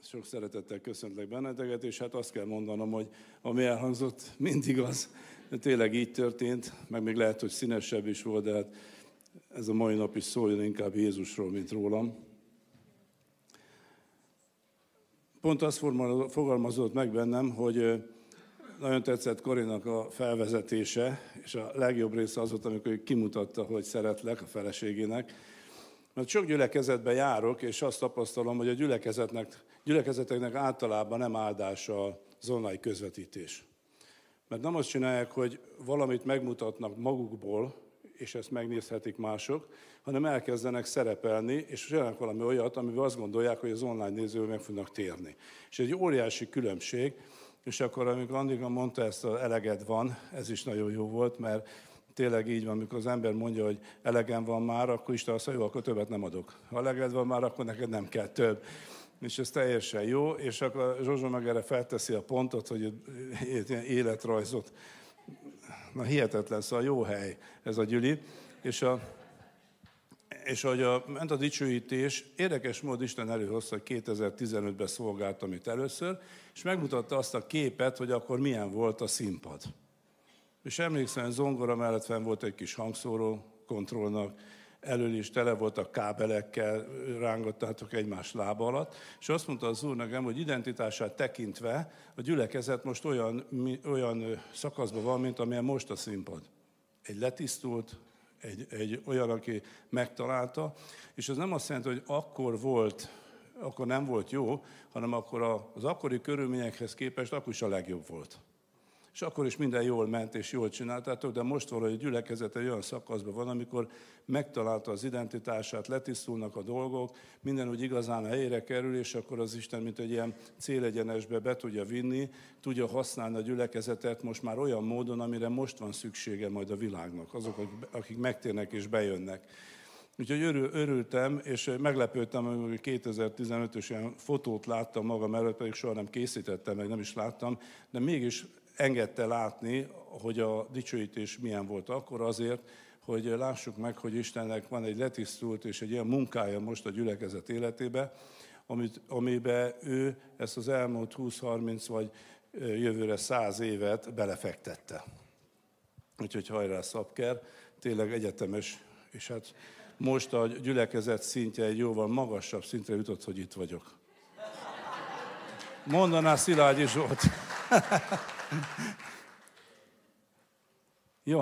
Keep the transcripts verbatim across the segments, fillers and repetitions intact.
Sok szeretettel köszöntlek benneteket, és hát azt kell mondanom, hogy ami elhangzott, mindig az, de tényleg így történt, meg még lehet, hogy színesebb is volt, de hát ez a mai nap is szóljon inkább Jézusról, mint rólam. Pont azt fogalmazott meg bennem, hogy nagyon tetszett Korinak a felvezetése, és a legjobb része az volt, amikor kimutatta, hogy szeretlek a feleségének. Mert sok gyülekezetben járok, és azt tapasztalom, hogy a gyülekezetnek, gyülekezeteknek általában nem áldása az online közvetítés. Mert nem azt csinálják, hogy valamit megmutatnak magukból, és ezt megnézhetik mások, hanem elkezdenek szerepelni, és csinálnak valami olyat, amivel azt gondolják, hogy az online nézők meg fognak térni. És egy óriási különbség, és akkor, amikor Andika mondta ezt, az eleged van, ez is nagyon jó volt, mert tényleg így van, amikor az ember mondja, hogy elegem van már, akkor Isten azt mondja, jó, akkor többet nem adok. Ha eleged van már, akkor neked nem kell több. És ez teljesen jó, és akkor Zsozsó meg erre felteszi a pontot, hogy ilyen életrajzot. Na hihetetlen, szóval jó hely ez a gyüli. És, a, és ahogy a, ment a dicsőítés, érdekes mód Isten előhozta, hogy kétezer-tizenötben szolgáltam itt először, és megmutatta azt a képet, hogy akkor milyen volt a színpad. És emlékszem, hogy zongora mellett fenn volt egy kis hangszóró kontrollnak, elől is tele voltak kábelekkel, rángattátok egymás lába alatt, és azt mondta az Úr nekem, hogy identitását tekintve a gyülekezet most olyan, olyan szakaszban van, mint amilyen most a színpad. Egy letisztult, egy, egy olyan, aki megtalálta, és ez nem azt jelenti, hogy akkor volt, akkor nem volt jó, hanem akkor az akkori körülményekhez képest akkor is a legjobb volt. És akkor is minden jól ment és jól csináltátok, de most valahogy a gyülekezet egy olyan szakaszban van, amikor megtalálta az identitását, letisztulnak a dolgok, minden úgy igazán a helyére kerül, és akkor az Isten, mint egy ilyen célegyenesbe be tudja vinni, tudja használni a gyülekezetet most már olyan módon, amire most van szüksége majd a világnak, azok, akik megtérnek és bejönnek. Úgyhogy örül, örültem, és meglepődtem, amikor kétezer-tizenötös ilyen fotót láttam magam előtt, pedig soha nem készítettem, meg nem is láttam, de mégis engedte látni, hogy a dicsőítés milyen volt akkor, azért, hogy lássuk meg, hogy Istennek van egy letisztult és egy ilyen munkája most a gyülekezet életébe, amit, amiben ő ezt az elmúlt húsz-harminc vagy jövőre száz évet belefektette. Úgyhogy hajrá Szabker, tényleg egyetemes, és hát most a gyülekezet szintje egy jóval magasabb szintre jutott, hogy itt vagyok. Mondaná Szilágyi Zsolt. Jó,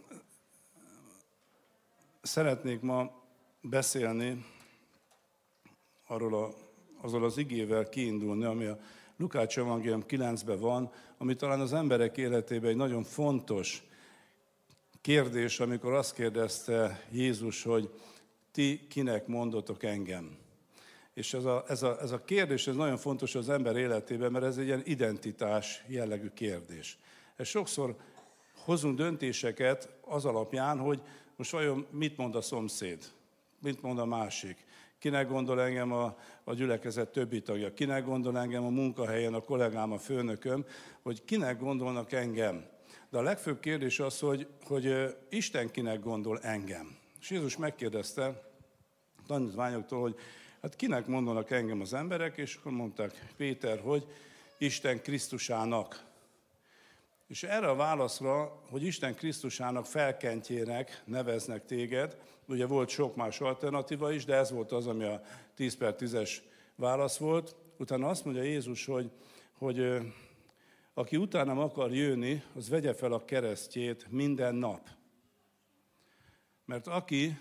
szeretnék ma beszélni arról a, azról az igével kiindulni, ami a Lukács evangélium kilencben van, ami talán az emberek életében egy nagyon fontos kérdés, amikor azt kérdezte Jézus, hogy ti kinek mondotok engem? És ez a, ez, a, ez a kérdés ez nagyon fontos az ember életében, mert ez egy ilyen identitás jellegű kérdés. Ez sokszor hozunk döntéseket az alapján, hogy most vajon mit mond a szomszéd, mit mond a másik, kinek gondol engem a, a gyülekezet többi tagja, kinek gondol engem a munkahelyen a kollégám, a főnököm, hogy kinek gondolnak engem. De a legfőbb kérdés az, hogy, hogy Isten kinek gondol engem. És Jézus megkérdezte a tanítványoktól, hogy hát kinek mondanak engem az emberek, és akkor mondták Péter, hogy Isten Krisztusának. És erre a válaszra, hogy Isten Krisztusának felkentjének neveznek téged, ugye volt sok más alternatíva is, de ez volt az, ami a tíz per tízes válasz volt. Utána azt mondja Jézus, hogy, hogy aki utánam akar jönni, az vegye fel a keresztjét minden nap. Mert aki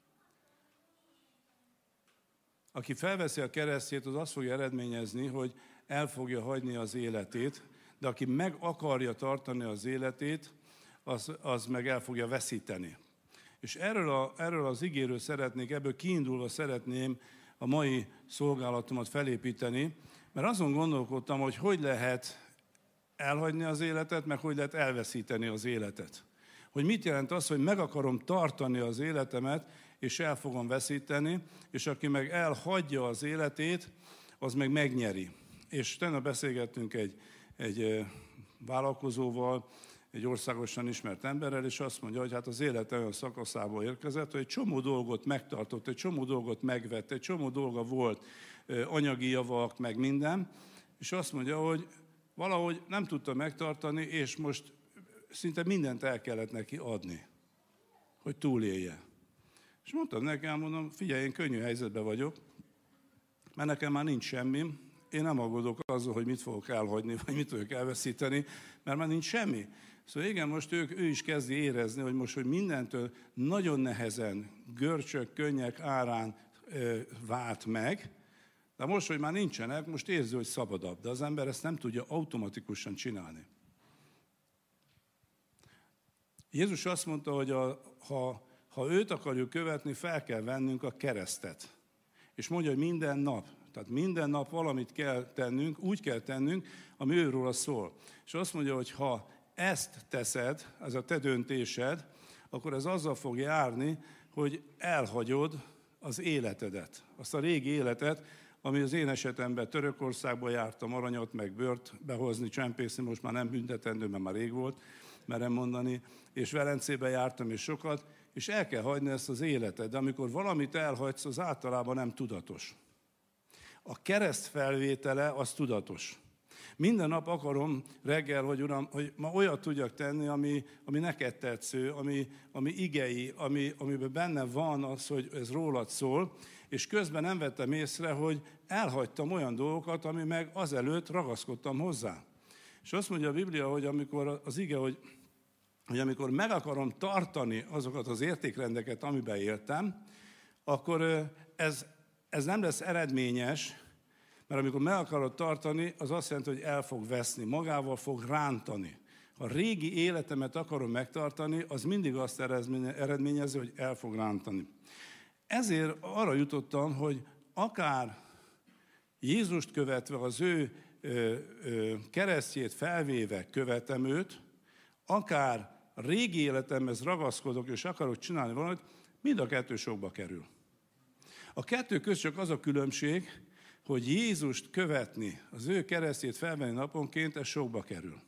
Aki felveszi a keresztjét, az azt fogja eredményezni, hogy el fogja hagyni az életét, de aki meg akarja tartani az életét, az, az meg el fogja veszíteni. És erről, a, erről az igéről szeretnék, ebből kiindulva szeretném a mai szolgálatomat felépíteni, mert azon gondolkodtam, hogy hogy lehet elhagyni az életet, meg hogy lehet elveszíteni az életet. Hogy mit jelent az, hogy meg akarom tartani az életemet, és el fogom veszíteni, és aki meg elhagyja az életét, az meg megnyeri. És tegnap beszélgettünk egy, egy vállalkozóval, egy országosan ismert emberrel, és azt mondja, hogy hát az élet olyan szakaszából érkezett, hogy egy csomó dolgot megtartott, egy csomó dolgot megvett, egy csomó dolga volt, anyagi javak, meg minden, és azt mondja, hogy valahogy nem tudta megtartani, és most szinte mindent el kellett neki adni, hogy túlélje. És mondtam nekem, mondom, figyelj, én könnyű helyzetben vagyok, mert nekem már nincs semmim, én nem aggódok azzal, hogy mit fogok elhagyni, vagy mit fogok elveszíteni, mert már nincs semmi. Szóval igen, most ők, ő is kezdi érezni, hogy most, hogy mindentől nagyon nehezen, görcsök, könnyek árán ö, vált meg, de most, hogy már nincsenek, most érzi, hogy szabadabb. De az ember ezt nem tudja automatikusan csinálni. Jézus azt mondta, hogy a, ha, ha őt akarjuk követni, fel kell vennünk a keresztet. És mondja, hogy minden nap. Tehát minden nap valamit kell tennünk, úgy kell tennünk, ami őróla szól. És azt mondja, hogy ha ezt teszed, ez a te döntésed, akkor ez azzal fog járni, hogy elhagyod az életedet. Azt a régi életet, ami az én esetemben Törökországba jártam, aranyat meg bört behozni, csempészni, most már nem büntetendő, mert már rég volt, merem mondani, és Velencébe jártam, és sokat, és el kell hagyni ezt az életet. De amikor valamit elhagysz, az általában nem tudatos. A kereszt felvétele az tudatos. Minden nap akarom reggel, hogy Uram, hogy ma olyat tudjak tenni, ami, ami neked tetsző, ami, ami igei, ami, amiben benne van az, hogy ez rólad szól, és közben nem vettem észre, hogy elhagytam olyan dolgokat, ami meg azelőtt ragaszkodtam hozzá. És azt mondja a Biblia, hogy amikor az ige, hogy, hogy amikor meg akarom tartani azokat az értékrendeket, amiben éltem, akkor ez, ez nem lesz eredményes, mert amikor meg akarod tartani, az azt jelenti, hogy el fog veszni, magával fog rántani. Ha a régi életemet akarom megtartani, az mindig azt eredményezi, hogy el fog rántani. Ezért arra jutottam, hogy akár Jézust követve, az ő ö, ö, keresztjét felvéve követem őt, akár a régi életemhez ragaszkodok, és akarok csinálni valamit, mind a kettő sokba kerül. A kettő közt csak az a különbség, hogy Jézust követni, az ő keresztjét felvenni naponként, ez sokba kerül.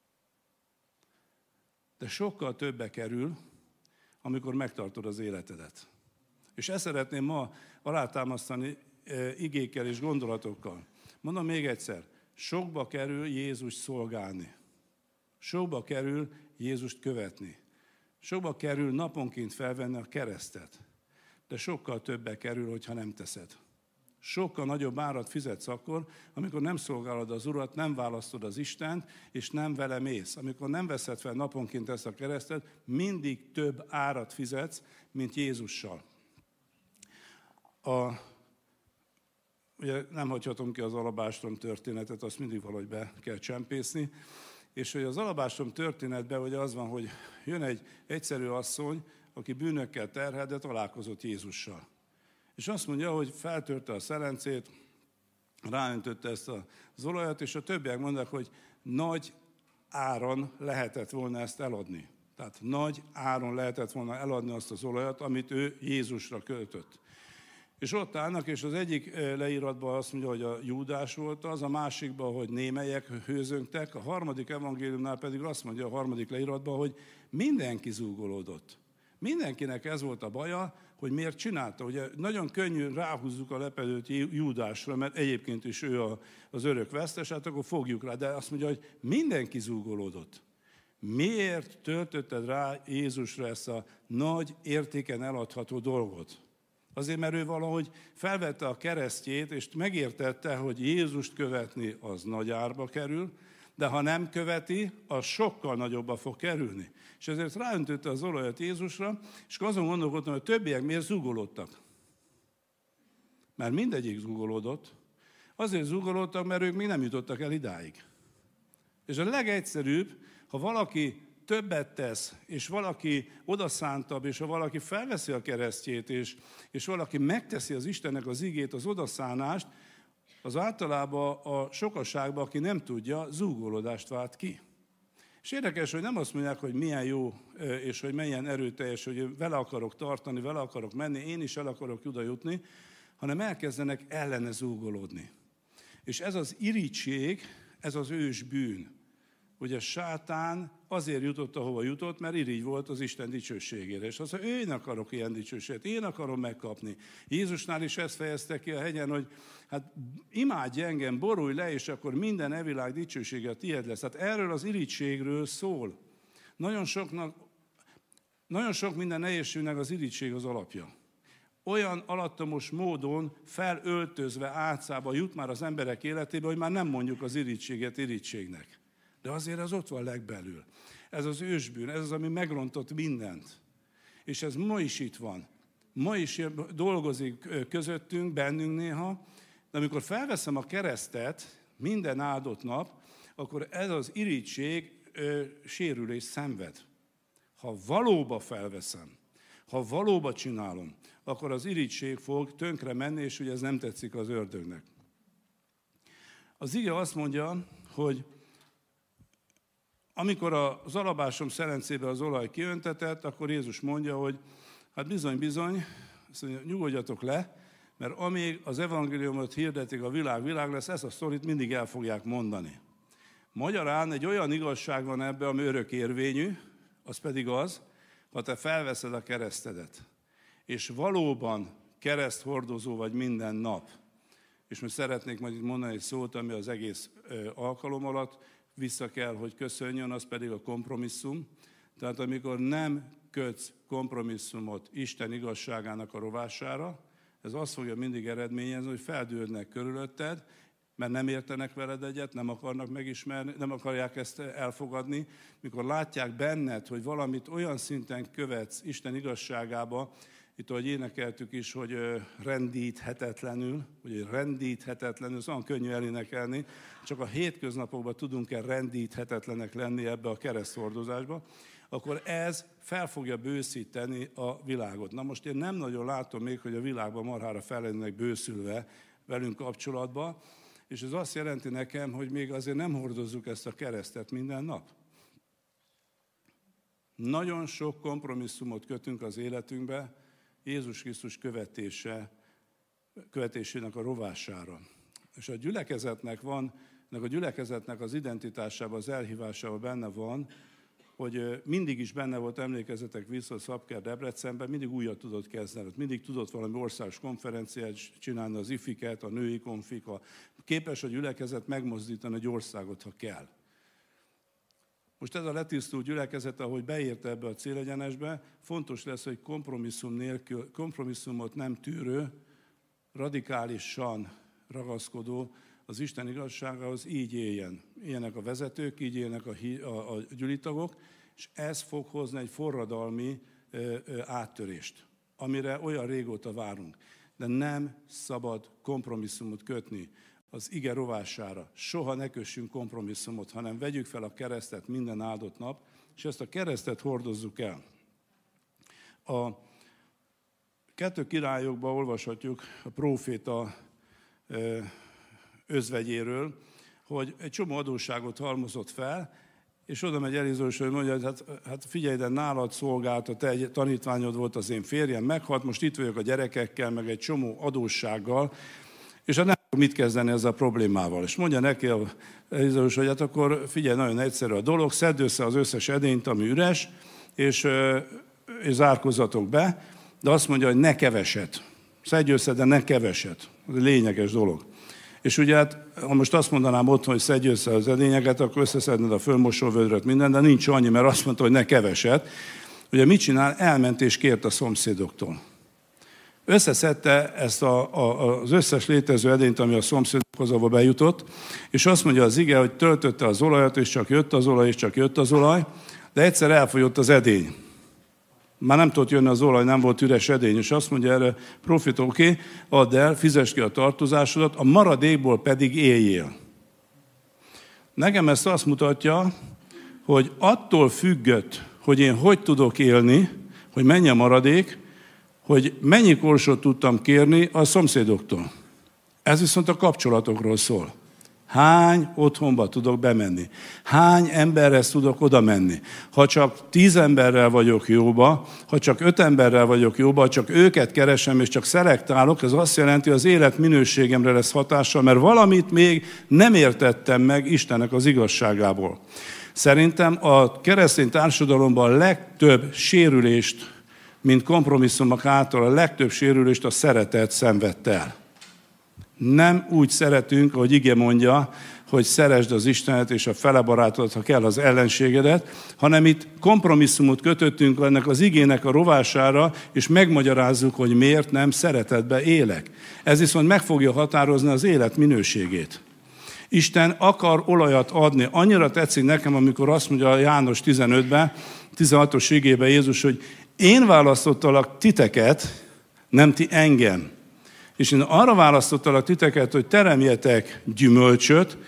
De sokkal többe kerül, amikor megtartod az életedet. És ezt szeretném ma alátámasztani e, igékkel és gondolatokkal. Mondom még egyszer, sokba kerül Jézus szolgálni. Sokba kerül Jézust követni. Sokba kerül naponként felvenni a keresztet. De sokkal többe kerül, hogyha nem teszed. Sokkal nagyobb árat fizetsz akkor, amikor nem szolgálod az Urat, nem választod az Istent, és nem vele mész. Amikor nem veszed fel naponként ezt a keresztet, mindig több árat fizetsz, mint Jézussal. A, ugye nem hagyhatom ki az alabástrom történetet, azt mindig valahogy be kell csempészni, és hogy az alabástrom történetben ugye az van, hogy jön egy egyszerű asszony, aki bűnökkel terhelt, de találkozott Jézussal. És azt mondja, hogy feltörte a szelencét, ráöntötte ezt az olajat, és a többiek mondják, hogy nagy áron lehetett volna ezt eladni. Tehát nagy áron lehetett volna eladni azt az olajat, amit ő Jézusra költött. És ott állnak, és az egyik leíratban azt mondja, hogy a Júdás volt az, a másikban, hogy némelyek hőzöngtek, a harmadik evangéliumnál pedig azt mondja a harmadik leíratban, hogy mindenki zúgolódott. Mindenkinek ez volt a baja, hogy miért csinálta. Ugye nagyon könnyű ráhúzzuk a lepedőt Júdásra, mert egyébként is ő az örök vesztes, hát akkor fogjuk rá. De azt mondja, hogy mindenki zúgolódott. Miért töltötted rá Jézusra ezt a nagy értéken eladható dolgot? Azért, mert ő valahogy felvette a keresztjét, és megértette, hogy Jézust követni az nagy árba kerül, de ha nem követi, az sokkal nagyobba fog kerülni. És ezért ráöntötte az olajat Jézusra, és azon gondolkodtam, hogy a többiek miért zúgolódtak. Mert mindegyik zúgolódott. Azért zúgolódtak, mert ők még nem jutottak el idáig. És a legegyszerűbb, ha valaki többet tesz, és valaki odaszántabb, és ha valaki felveszi a keresztjét, és, és valaki megteszi az Istennek az igét, az odaszánást, az általában a sokaságban, aki nem tudja, zúgolódást vált ki. És érdekes, hogy nem azt mondják, hogy milyen jó, és hogy milyen erőteljes, hogy vele akarok tartani, vele akarok menni, én is el akarok oda jutni, hanem elkezdenek ellene zúgolódni. És ez az irigység, ez az ős bűn. Ugye sátán azért jutott, ahova jutott, mert irigy volt az Isten dicsőségére. És azt mondja, én akarok ilyen dicsőséget, én akarom megkapni. Jézusnál is ezt fejezte ki a hegyen, hogy hát imádj engem, borulj le, és akkor minden evilág dicsősége tiéd lesz. Hát erről az irigységről szól. Nagyon soknak, nagyon sok minden nehézségnek az irigység az alapja. Olyan alattomos módon felöltözve átszába jut már az emberek életébe, hogy már nem mondjuk az irigységet irigységnek. De azért az ott van legbelül. Ez az ősbűn, ez az, ami megrontott mindent. És ez ma is itt van. Ma is dolgozik közöttünk, bennünk néha, de amikor felveszem a keresztet minden áldott nap, akkor ez az irigység ö, sérülés szenved. Ha valóba felveszem, ha valóba csinálom, akkor az irigység fog tönkre menni, és ugye ez nem tetszik az ördögnek. Az ige azt mondja, hogy amikor az alabásom szelencébe az olaj kiöntetett, akkor Jézus mondja, hogy hát bizony, bizony, azt mondja, nyugodjatok le, mert amíg az evangéliumot hirdetik, a világ világ lesz, ezt a sztorit mindig el fogják mondani. Magyarán egy olyan igazság van ebbe, ami örökérvényű, az pedig az, ha te felveszed a keresztedet, és valóban kereszthordozó vagy minden nap, és most szeretnék majd itt mondani egy szót, ami az egész alkalom alatt vissza kell, hogy köszönjön, az pedig a kompromisszum. Tehát amikor nem kötsz kompromisszumot Isten igazságának a rovására, ez azt fogja mindig eredményezni, hogy feldőlnek körülötted, mert nem értenek veled egyet, nem akarnak megismerni, nem akarják ezt elfogadni. Mikor látják benned, hogy valamit olyan szinten követsz Isten igazságába, itt ahogy énekeltük is, hogy rendíthetetlenül, hogy rendíthetetlenül, ez olyan könnyű elénekelni, csak a hétköznapokban tudunk-e rendíthetetlenek lenni ebbe a kereszthordozásba, akkor ez fel fogja bőszíteni a világot. Na most én nem nagyon látom még, hogy a világban marhára fel lennének bőszülve velünk kapcsolatban, és ez azt jelenti nekem, hogy még azért nem hordozzuk ezt a keresztet minden nap. Nagyon sok kompromisszumot kötünk az életünkbe Jézus Krisztus követése, követésének a rovására. És a gyülekezetnek van, a gyülekezetnek az identitásában, az elhívásában benne van, hogy mindig is benne volt, emlékezetek vissza Szabker Debrecenben, mindig újat tudott kezdeni, mindig tudott valami országos konferenciát csinálni, az ifiket, a női konfik, a, képes a gyülekezet megmozdítani egy országot, ha kell. Most ez a letisztult gyülekezet, ahogy beérte ebbe a célegyenesbe, fontos lesz, hogy kompromisszum nélkül, kompromisszumot nem tűrő, radikálisan ragaszkodó, az Isten igazságához így éljen. Ilyenek a vezetők, így élnek a, a, a gyűlitagok, és ez fog hozni egy forradalmi ö, ö, áttörést, amire olyan régóta várunk. De nem szabad kompromisszumot kötni az ige rovására. Soha ne kössünk kompromisszumot, hanem vegyük fel a keresztet minden áldott nap, és ezt a keresztet hordozzuk el. A kettő királyokban olvashatjuk a próféta ö, özvegyéről, hogy egy csomó adósságot halmozott fel, és oda megy Elizóshoz, hogy mondja, hogy hát, hát figyelj, de nálad szolgált, a te egy tanítványod volt, az én férjem meghalt, most itt vagyok a gyerekekkel, meg egy csomó adóssággal, és hát nem mit kezdeni ezzel a problémával. És mondja neki Elizóshoz, hogy hát akkor figyelj, nagyon egyszerű a dolog, szedd össze az összes edényt, ami üres, és, és zárkozzatok be, de azt mondja, hogy ne keveset. Szedj össze, de ne keveset. Ez egy lényeges dolog. És ugye hát, ha most azt mondanám otthon, hogy szedj össze az edényeket, akkor összeszedned a fölmosóvödröt, minden, de nincs annyi, mert azt mondta, hogy ne keveset. Ugye mit csinál? Elment és kért a szomszédoktól. Összeszedte ezt a, a, az összes létező edényt, ami a szomszédokhoz ahol bejutott, és azt mondja az ige, hogy töltötte az olajat, és csak jött az olaj, és csak jött az olaj, de egyszer elfogyott az edény. Már nem tudott jönni az olaj, nem volt üres edény, és azt mondja erre, profit, oké, okay, add el, fizesd ki a tartozásodat, a maradékból pedig éljél. Nekem ezt azt mutatja, hogy attól függött, hogy én hogy tudok élni, hogy mennyi a maradék, hogy mennyi korsót tudtam kérni a szomszédoktól. Ez viszont a kapcsolatokról szól. Hány otthonba tudok bemenni? Hány emberhez tudok oda menni? Ha csak tíz emberrel vagyok jóba, ha csak öt emberrel vagyok jóba, ha csak őket keresem és csak szelektálok, ez azt jelenti, hogy az élet minőségemre lesz hatással, mert valamit még nem értettem meg Istennek az igazságából. Szerintem a keresztény társadalomban a legtöbb sérülést, mint kompromisszumok által, a legtöbb sérülést a szeretet szenvedte el. Nem úgy szeretünk, ahogy ige mondja, hogy szeresd az Istenet és a fele barátodat, ha kell az ellenségedet, hanem itt kompromisszumot kötöttünk ennek az igének a rovására, és megmagyarázzuk, hogy miért nem szeretetbe élek. Ez viszont meg fogja határozni az élet minőségét. Isten akar olajat adni. Annyira tetszik nekem, amikor azt mondja a János tizenötben, tizenhatos igében Jézus, hogy én választottalak titeket, nem ti engem. És én arra választottalak titeket, hogy teremjetek gyümölcsöt,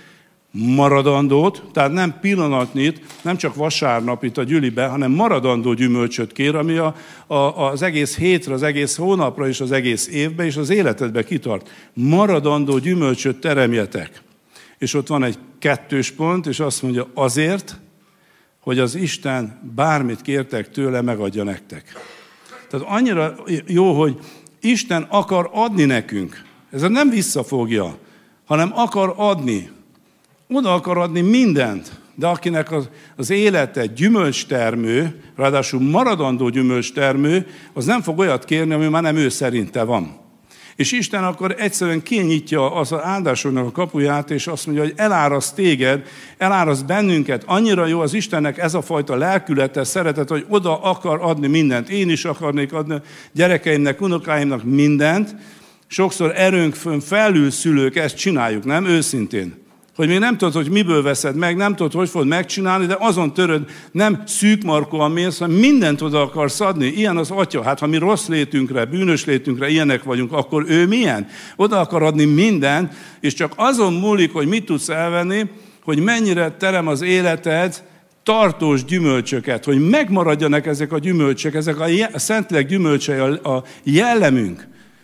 maradandót, tehát nem pillanatnyit, nem csak vasárnap itt a gyülibe, hanem maradandó gyümölcsöt kér, ami a, a, az egész hétre, az egész hónapra és az egész évbe és az életedbe kitart. Maradandó gyümölcsöt teremjetek. És ott van egy kettős pont, és azt mondja, azért, hogy az Isten bármit kértek tőle, megadja nektek. Tehát annyira jó, hogy Isten akar adni nekünk. Ez nem visszafogja, hanem akar adni. Oda akar adni mindent. De akinek az, az élete gyümölcstermő, ráadásul maradandó gyümölcstermő, az nem fog olyat kérni, ami már nem ő szerinte van. És Isten akkor egyszerűen kinyitja az áldásoknak a kapuját, és azt mondja, hogy eláraszt téged, eláraszt bennünket. Annyira jó az Istennek ez a fajta lelkülete, szeretet, hogy oda akar adni mindent. Én is akarnék adni gyerekeimnek, unokáimnak mindent. Sokszor erőnk fönn felül szülők ezt csináljuk, nem? Őszintén. Hogy még nem tudod, hogy miből veszed meg, nem tudod, hogy fogod megcsinálni, de azon töröd, nem szűkmarkóan mész, hanem mindent oda akarsz adni. Ilyen az Atya. Hát ha mi rossz létünkre, bűnös létünkre ilyenek vagyunk, akkor ő milyen? Oda akar adni mindent, és csak azon múlik, hogy mit tudsz elvenni, hogy mennyire terem az életed tartós gyümölcsöket, hogy megmaradjanak ezek a gyümölcsök, ezek a, je- a Szentlélek gyümölcsei, a, a jellemünk.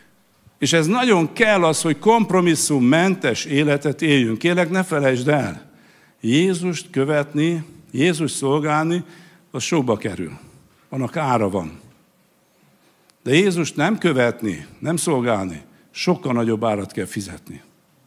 És ez nagyon kell az, hogy kompromisszummentes életet éljünk. Kérlek, ne felejtsd el. Jézust követni, Jézus szolgálni, az sokba kerül. Annak ára van. De Jézust nem követni, nem szolgálni, sokkal nagyobb árat kell fizetni.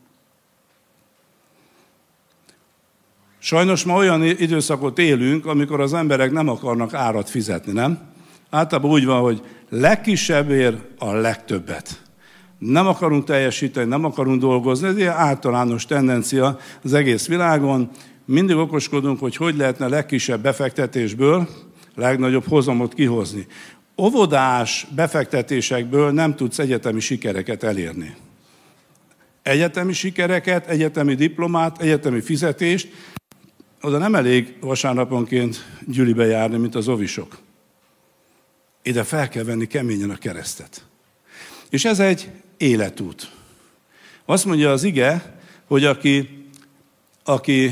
Sajnos ma olyan időszakot élünk, amikor az emberek nem akarnak árat fizetni, nem? Általában úgy van, hogy legkisebbért a legtöbbet. Nem akarunk teljesíteni, nem akarunk dolgozni, ez ilyen általános tendencia az egész világon. Mindig okoskodunk, hogy hogy lehetne a legkisebb befektetésből legnagyobb hozamot kihozni. Óvodás befektetésekből nem tudsz egyetemi sikereket elérni. Egyetemi sikereket, egyetemi diplomát, egyetemi fizetést, oda nem elég vasárnaponként gyülibe járni, mint az ovisok. Ide fel kell venni keményen a keresztet. És ez egy életút. Azt mondja az ige, hogy aki, aki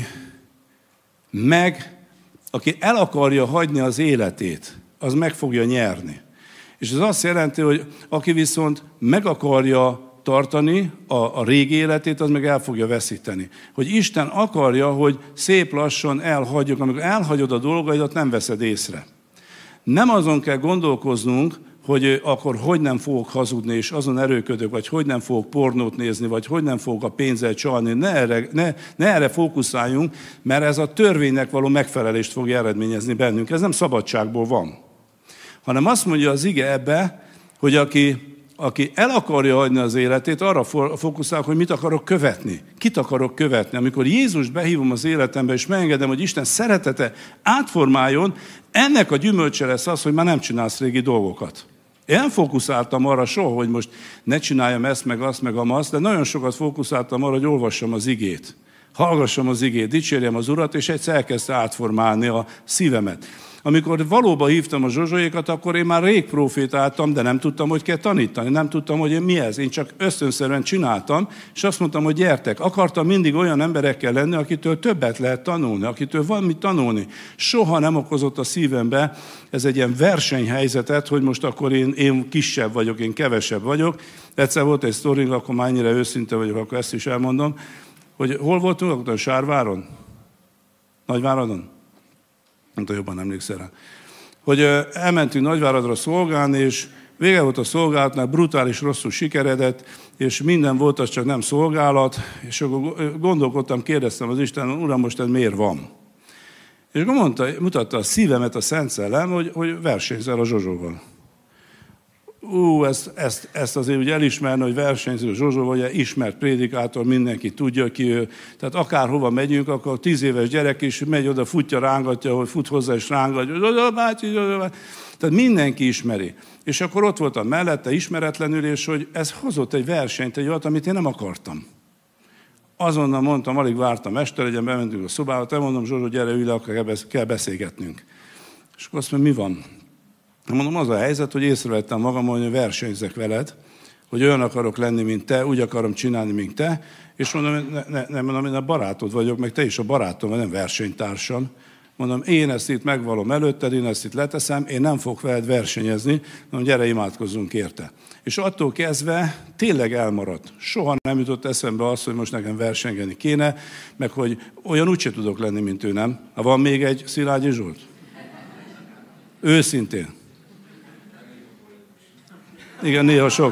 meg, aki el akarja hagyni az életét, az meg fogja nyerni. És ez azt jelenti, hogy aki viszont meg akarja tartani a, a régi életét, az meg el fogja veszíteni. Hogy Isten akarja, hogy szép lassan elhagyjuk, amikor elhagyod a dolgaidat, nem veszed észre. Nem azon kell gondolkoznunk, hogy akkor hogy nem fogok hazudni, és azon erőködök, vagy hogy nem fogok pornót nézni, vagy hogy nem fogok a pénzzel csalni. Ne erre, ne, ne erre fókuszáljunk, mert ez a törvénynek való megfelelést fogja eredményezni bennünk. Ez nem szabadságból van. Hanem azt mondja az ige ebbe, hogy aki, aki el akarja hagyni az életét, arra fókuszál, hogy mit akarok követni. Kit akarok követni. Amikor Jézust behívom az életembe, és megengedem, hogy Isten szeretete átformáljon, ennek a gyümölcse lesz az, hogy már nem csinálsz régi dolgokat. Én fókuszáltam arra soha, hogy most ne csináljam ezt, meg azt, meg amazt, de nagyon sokat fókuszáltam arra, hogy olvassam az igét. Hallgassam az igét, dicsérjem az Urat, és egyszer elkezdte átformálni a szívemet. Amikor valóban hívtam a Zsozsóékat, akkor én már rég profétáltam, de nem tudtam, hogy kell tanítani, nem tudtam, hogy mi ez. Én csak ösztönszerűen csináltam, és azt mondtam, hogy gyertek. Akartam mindig olyan emberekkel lenni, akitől többet lehet tanulni, akitől van mit tanulni. Soha nem okozott a szívembe ez egy ilyen versenyhelyzetet, hogy most akkor én, én kisebb vagyok, én kevesebb vagyok. Egyszer volt egy sztoring, akkor már ennyire őszinte vagyok, akkor ezt is elmondom, hogy hol voltunk, akkor a Sárváron? Nagyváradon? Nem tudom, jobban emlékszel rá. Hogy elmentünk Nagyváradra szolgálni, és vége volt a szolgálatnak, brutális rosszul sikeredett, és minden volt, az csak nem szolgálat, és akkor gondolkodtam, kérdeztem az Isten, Uram, most ez miért van? És akkor mondta, mutatta a szívemet a Szent Szellem, hogy, hogy versenyzel a Zsozsóval. Ú, ezt, ezt, ezt azért úgy elismerni, hogy versenyző Zsozsóval, ugye ismert prédikátor, mindenki tudja ki ő. Tehát akárhova megyünk, akkor tíz éves gyerek is megy oda, futja, rángatja, hogy fut hozzá és rángatja. Zsozsó bácsi, Zsozsó bácsi. Tehát mindenki ismeri. És akkor ott voltam mellette ismeretlenül, és hogy ez hozott egy versenyt, egy olyat, amit én nem akartam. Azonnal mondtam, alig vártam este, legyen, bementünk a szobába, te mondom, Zsozsó, gyere, ülj le, akkor kell beszélgetnünk. És akkor azt mondom, mi van? Mondom, az a helyzet, hogy észrevettem magam, hogy versenyzek veled, hogy olyan akarok lenni, mint te, úgy akarom csinálni, mint te, és mondom, ne, ne, ne, mondom, én a barátod vagyok, meg te is a barátom, vagy nem versenytársam. Mondom, én ezt itt megvalom előtted, én ezt itt leteszem, én nem fogok veled versenyezni, mondom, gyere, imádkozzunk érte. És attól kezdve tényleg elmaradt. Soha nem jutott eszembe az, hogy most nekem versengeni kéne, meg hogy olyan úgyse tudok lenni, mint ő, nem? Ha van még egy Szilágyi Zsolt? Őszintén. Igen, néha sok.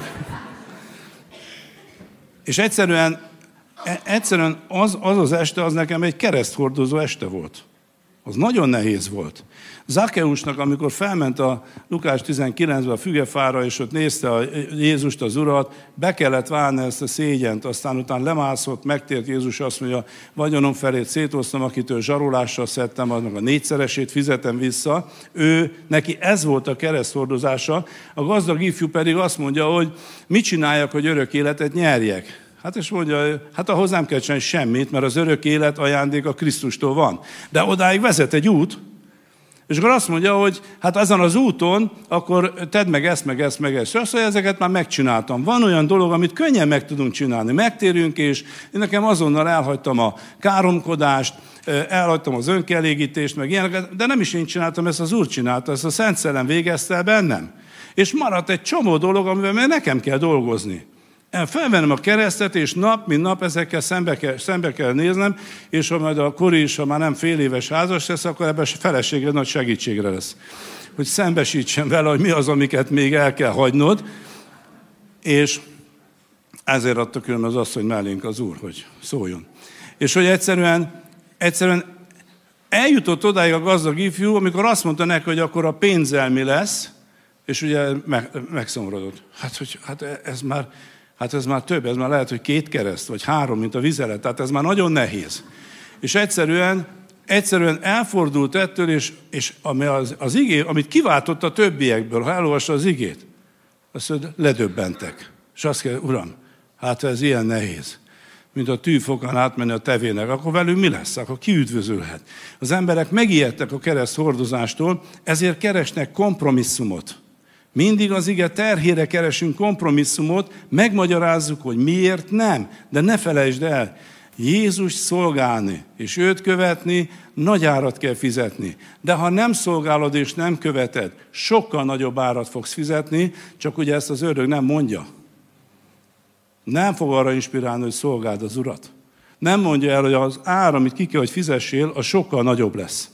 És egyszerűen, egyszerűen az, az az este, az nekem egy kereszthordozó este volt. Az nagyon nehéz volt. Zakkeusnak, amikor felment a Lukás tizenkilencbe a fügefára, és ott nézte a Jézust, az Urat, be kellett válni ezt a szégyent, aztán utána lemászott, megtért Jézus, azt mondja, vagyonom felét szétosztom, akitől zsarolással szedtem, aznak a négyszeresét fizetem vissza. Ő, neki ez volt a kereszthordozása. A gazdag ifjú pedig azt mondja, hogy mit csináljak, hogy örök életet nyerjek. Hát és mondja, hát ahhoz nem kell csinálni semmit, mert az örök élet ajándék a Krisztustól van. De odáig vezet egy út, és akkor azt mondja, hogy hát ezen az úton, akkor tedd meg ezt, meg ezt, meg ezt. És azt mondja, ezeket már megcsináltam. Van olyan dolog, amit könnyen meg tudunk csinálni. Megtérünk, és én nekem azonnal elhagytam a káromkodást, elhagytam az önkielégítést, meg ilyeneket, de nem is én csináltam, ezt az Úr csinálta, ezt a Szent Szellem végezte el bennem. És maradt egy csomó dolog, amivel még nekem kell dolgozni. Felvennem a keresztet, és nap, mint nap ezekkel szembe kell, szembe kell néznem, és ha majd a Kori is, ha már nem fél éves házas lesz, akkor ebben feleségre nagy segítségre lesz. Hogy szembesítsen vele, hogy mi az, amiket még el kell hagynod, és ezért adta különben az asszony mellénk az Úr, hogy szóljon. És hogy egyszerűen, egyszerűen eljutott odáig a gazdag ifjú, amikor azt mondta neki, hogy akkor a pénzzel mi lesz, és ugye meg, megszomorodott. Hát, hogy, hát ez már... Hát ez már több, ez már lehet, hogy két kereszt, vagy három, mint a vizelet. Tehát ez már nagyon nehéz. És egyszerűen, egyszerűen elfordult ettől, és, és ami az, az igé, amit kiváltott a többiekből, ha elolvassa az igét, azt mondja, ledöbbentek. És azt kell, Uram, hát ez ilyen nehéz, mint a tűfokon átmenni a tevének, akkor velünk mi lesz? Akkor ki üdvözölhet? Az emberek megijedtek a kereszt hordozástól, ezért keresnek kompromisszumot. Mindig az ige terhére keresünk kompromisszumot, megmagyarázzuk, hogy miért nem. De ne felejtsd el, Jézus szolgálni és őt követni, nagy árat kell fizetni. De ha nem szolgálod és nem követed, sokkal nagyobb árat fogsz fizetni, csak ugye ezt az ördög nem mondja. Nem fog arra inspirálni, hogy szolgáld az Urat. Nem mondja el, hogy az ár, amit ki kell, hogy fizessél, az sokkal nagyobb lesz.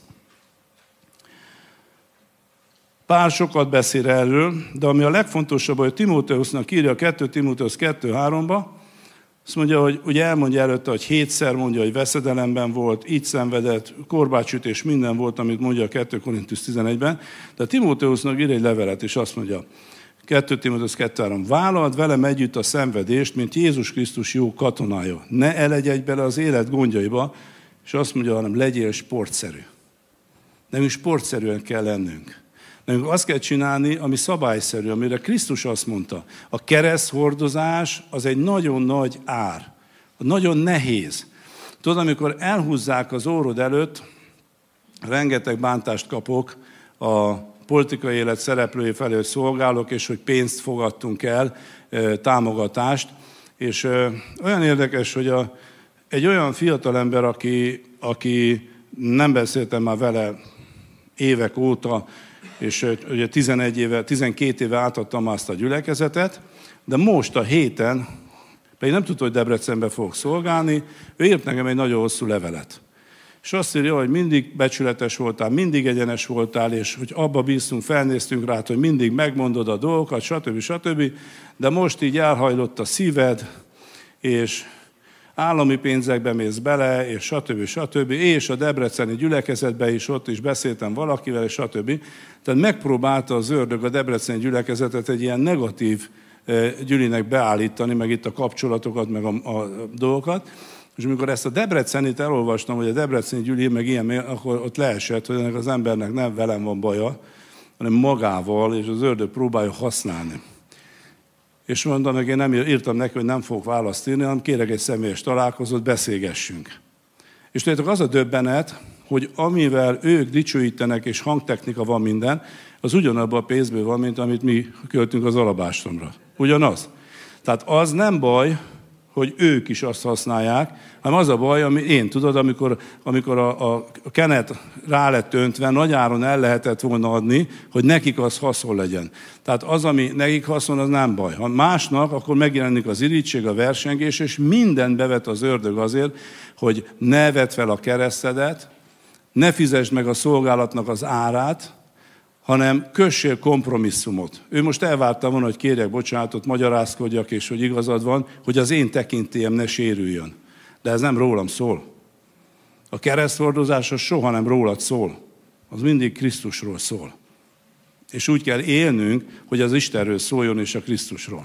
Pál sokat beszél erről, de ami a legfontosabb, hogy Timóteusnak írja a kettő Timóteusz kettő háromba, azt mondja, hogy ugye elmondja előtte, hogy hétszer mondja, hogy veszedelemben volt, így szenvedett, korbácsütés, minden volt, amit mondja a kettő Korintusz tizenegyben, de Timóteusnak ír egy levelet, és azt mondja, kettő Timóteusz kettő három, vállald velem együtt a szenvedést, mint Jézus Krisztus jó katonája. Ne elegedj bele az élet gondjaiba, és azt mondja, hanem legyél sportszerű. Nem is sportszerűen kell lennünk. Nekünk azt kell csinálni, ami szabályszerű, amire Krisztus azt mondta. A kereszthordozás az egy nagyon nagy ár. Nagyon nehéz. Tudod, amikor elhúzzák az órod előtt, rengeteg bántást kapok a politikai élet szereplői felé, hogy szolgálok, és hogy pénzt fogadtunk el, támogatást. És olyan érdekes, hogy a, egy olyan fiatalember, aki, aki nem beszéltem már vele évek óta, és ugye tizenegy éve, tizenkét éve átadtam azt a gyülekezetet, de most a héten, pedig nem tudta, hogy Debrecenbe fogok szolgálni, ő írt nekem egy nagyon hosszú levelet. És azt írja, hogy mindig becsületes voltál, mindig egyenes voltál, és hogy abba bíztunk, felnéztünk rá, hogy mindig megmondod a dolgokat, stb. stb. De most így elhajlott a szíved, és Állami pénzekbe mész bele, és stb. stb. És a debreceni gyülekezetbe is, ott is beszéltem valakivel, és stb. Tehát megpróbálta az ördög a debreceni gyülekezetet egy ilyen negatív gyülinek beállítani, meg itt a kapcsolatokat, meg a, a dolgokat. És amikor ezt a Debrecenit elolvastam, hogy a Debreceni gyüli, meg ilyen, akkor ott leesett, hogy ennek az embernek nem velem van baja, hanem magával, és az ördög próbálja használni. És mondtam, meg én nem írtam neki, hogy nem fogok választ írni, hanem kérek egy személyes találkozót, beszélgessünk. És tudjátok, az a döbbenet, hogy amivel ők dicsőítenek, és hangtechnika van minden, az ugyanabban a pénzből van, mint amit mi költünk az alabástromra. Ugyanaz. Tehát az nem baj, hogy ők is azt használják, hanem az a baj, ami én tudod, amikor, amikor a, a kenet rá lett öntve, nagyáron el lehetett volna adni, hogy nekik az haszon legyen. Tehát az, ami nekik haszon, az nem baj. Ha másnak, akkor megjelenik az irigység, a versengés, és mindent bevet az ördög azért, hogy ne vedd fel a keresztedet, ne fizesd meg a szolgálatnak az árát, hanem kössél kompromisszumot. Ő most elvárta volna, hogy kérjek bocsánatot, magyarázkodjak, és hogy igazad van, hogy az én tekintélyem ne sérüljön. De ez nem rólam szól. A kereszthordozás az soha nem rólad szól. Az mindig Krisztusról szól. És úgy kell élnünk, hogy az Istenről szóljon, és a Krisztusról.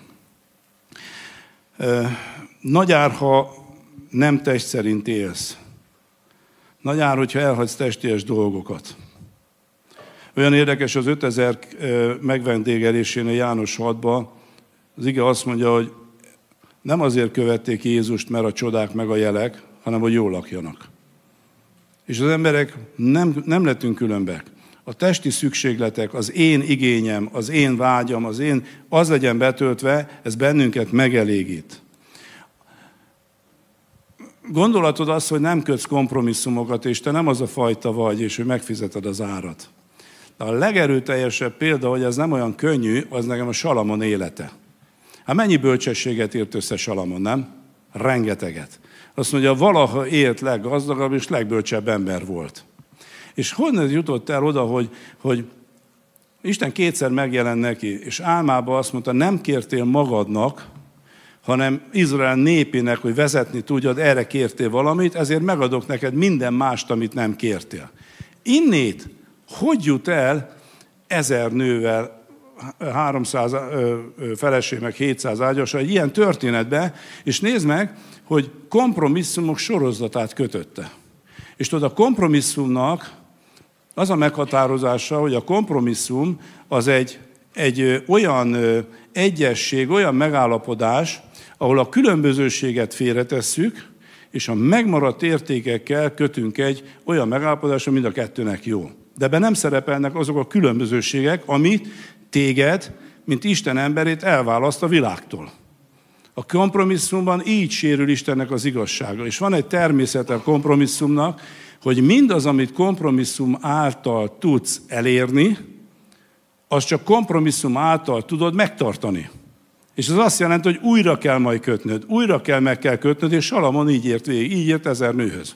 Nagy ár, ha nem test szerint élsz. Nagy ár, hogyha elhagysz testies dolgokat. Olyan érdekes, az ötezer megvendégelésén a János hatban az ige azt mondja, hogy nem azért követték Jézust, mert a csodák meg a jelek, hanem hogy jól lakjanak. És az emberek nem, nem lettünk különbek. A testi szükségletek, az én igényem, az én vágyam, az én, az legyen betöltve, ez bennünket megelégít. Gondolatod az, hogy nem kötsz kompromisszumokat, és te nem az a fajta vagy, és hogy megfizeted az árat. De a legerőteljesebb példa, hogy ez nem olyan könnyű, az nekem a Salamon élete. Hát mennyi bölcsességet írt össze Salamon, nem? Rengeteget. Azt mondja, valaha élt leggazdagabb és legbölcsebb ember volt. És honnan jutott el oda, hogy, hogy Isten kétszer megjelen neki, és álmában azt mondta, nem kértél magadnak, hanem Izrael népének, hogy vezetni tudjad, erre kértél valamit, ezért megadok neked minden mást, amit nem kértél. Innét, hogy jut el ezer nővel, háromszáz feleség, meg hétszáz ágyasra egy ilyen történetbe, és nézd meg, hogy kompromisszumok sorozatát kötötte. És tudod, a kompromisszumnak az a meghatározása, hogy a kompromisszum az egy, egy olyan egyesség, olyan megállapodás, ahol a különbözőséget félretesszük, és a megmaradt értékekkel kötünk egy olyan megállapodást, ami mind a kettőnek jó. De ebben nem szerepelnek azok a különbözőségek, amit téged, mint Isten emberét elválaszt a világtól. A kompromisszumban így sérül Istennek az igazsága. És van egy természete a kompromisszumnak, hogy mindaz, amit kompromisszum által tudsz elérni, az csak kompromisszum által tudod megtartani. És ez azt jelenti, hogy újra kell majd kötnöd, újra kell meg kell kötnöd, és Salamon így ért végig, így ért ezer nőhöz.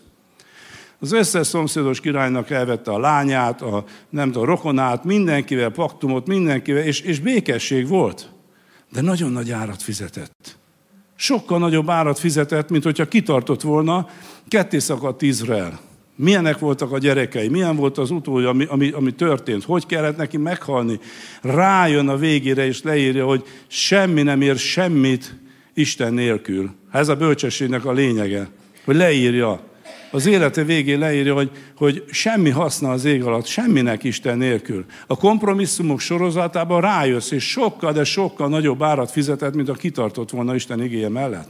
Az összes szomszédos királynak elvette a lányát, a, nem tudom, a rokonát, mindenkivel paktumot, mindenkivel, és, és békesség volt. De nagyon nagy árat fizetett. Sokkal nagyobb árat fizetett, mint hogyha kitartott volna, ketté szakadt Izrael. Milyenek voltak a gyerekei, milyen volt az utója, ami, ami, ami történt, hogy kellett neki meghalni. Rájön a végére, és leírja, hogy semmi nem ér semmit Isten nélkül. Ez a bölcsességnek a lényege, hogy leírja. Az élete végén leírja, hogy, hogy semmi haszna az ég alatt, semminek Isten nélkül. A kompromisszumok sorozatában rájössz, és sokkal, de sokkal nagyobb árat fizetett, mint a kitartott volna Isten igéje mellett.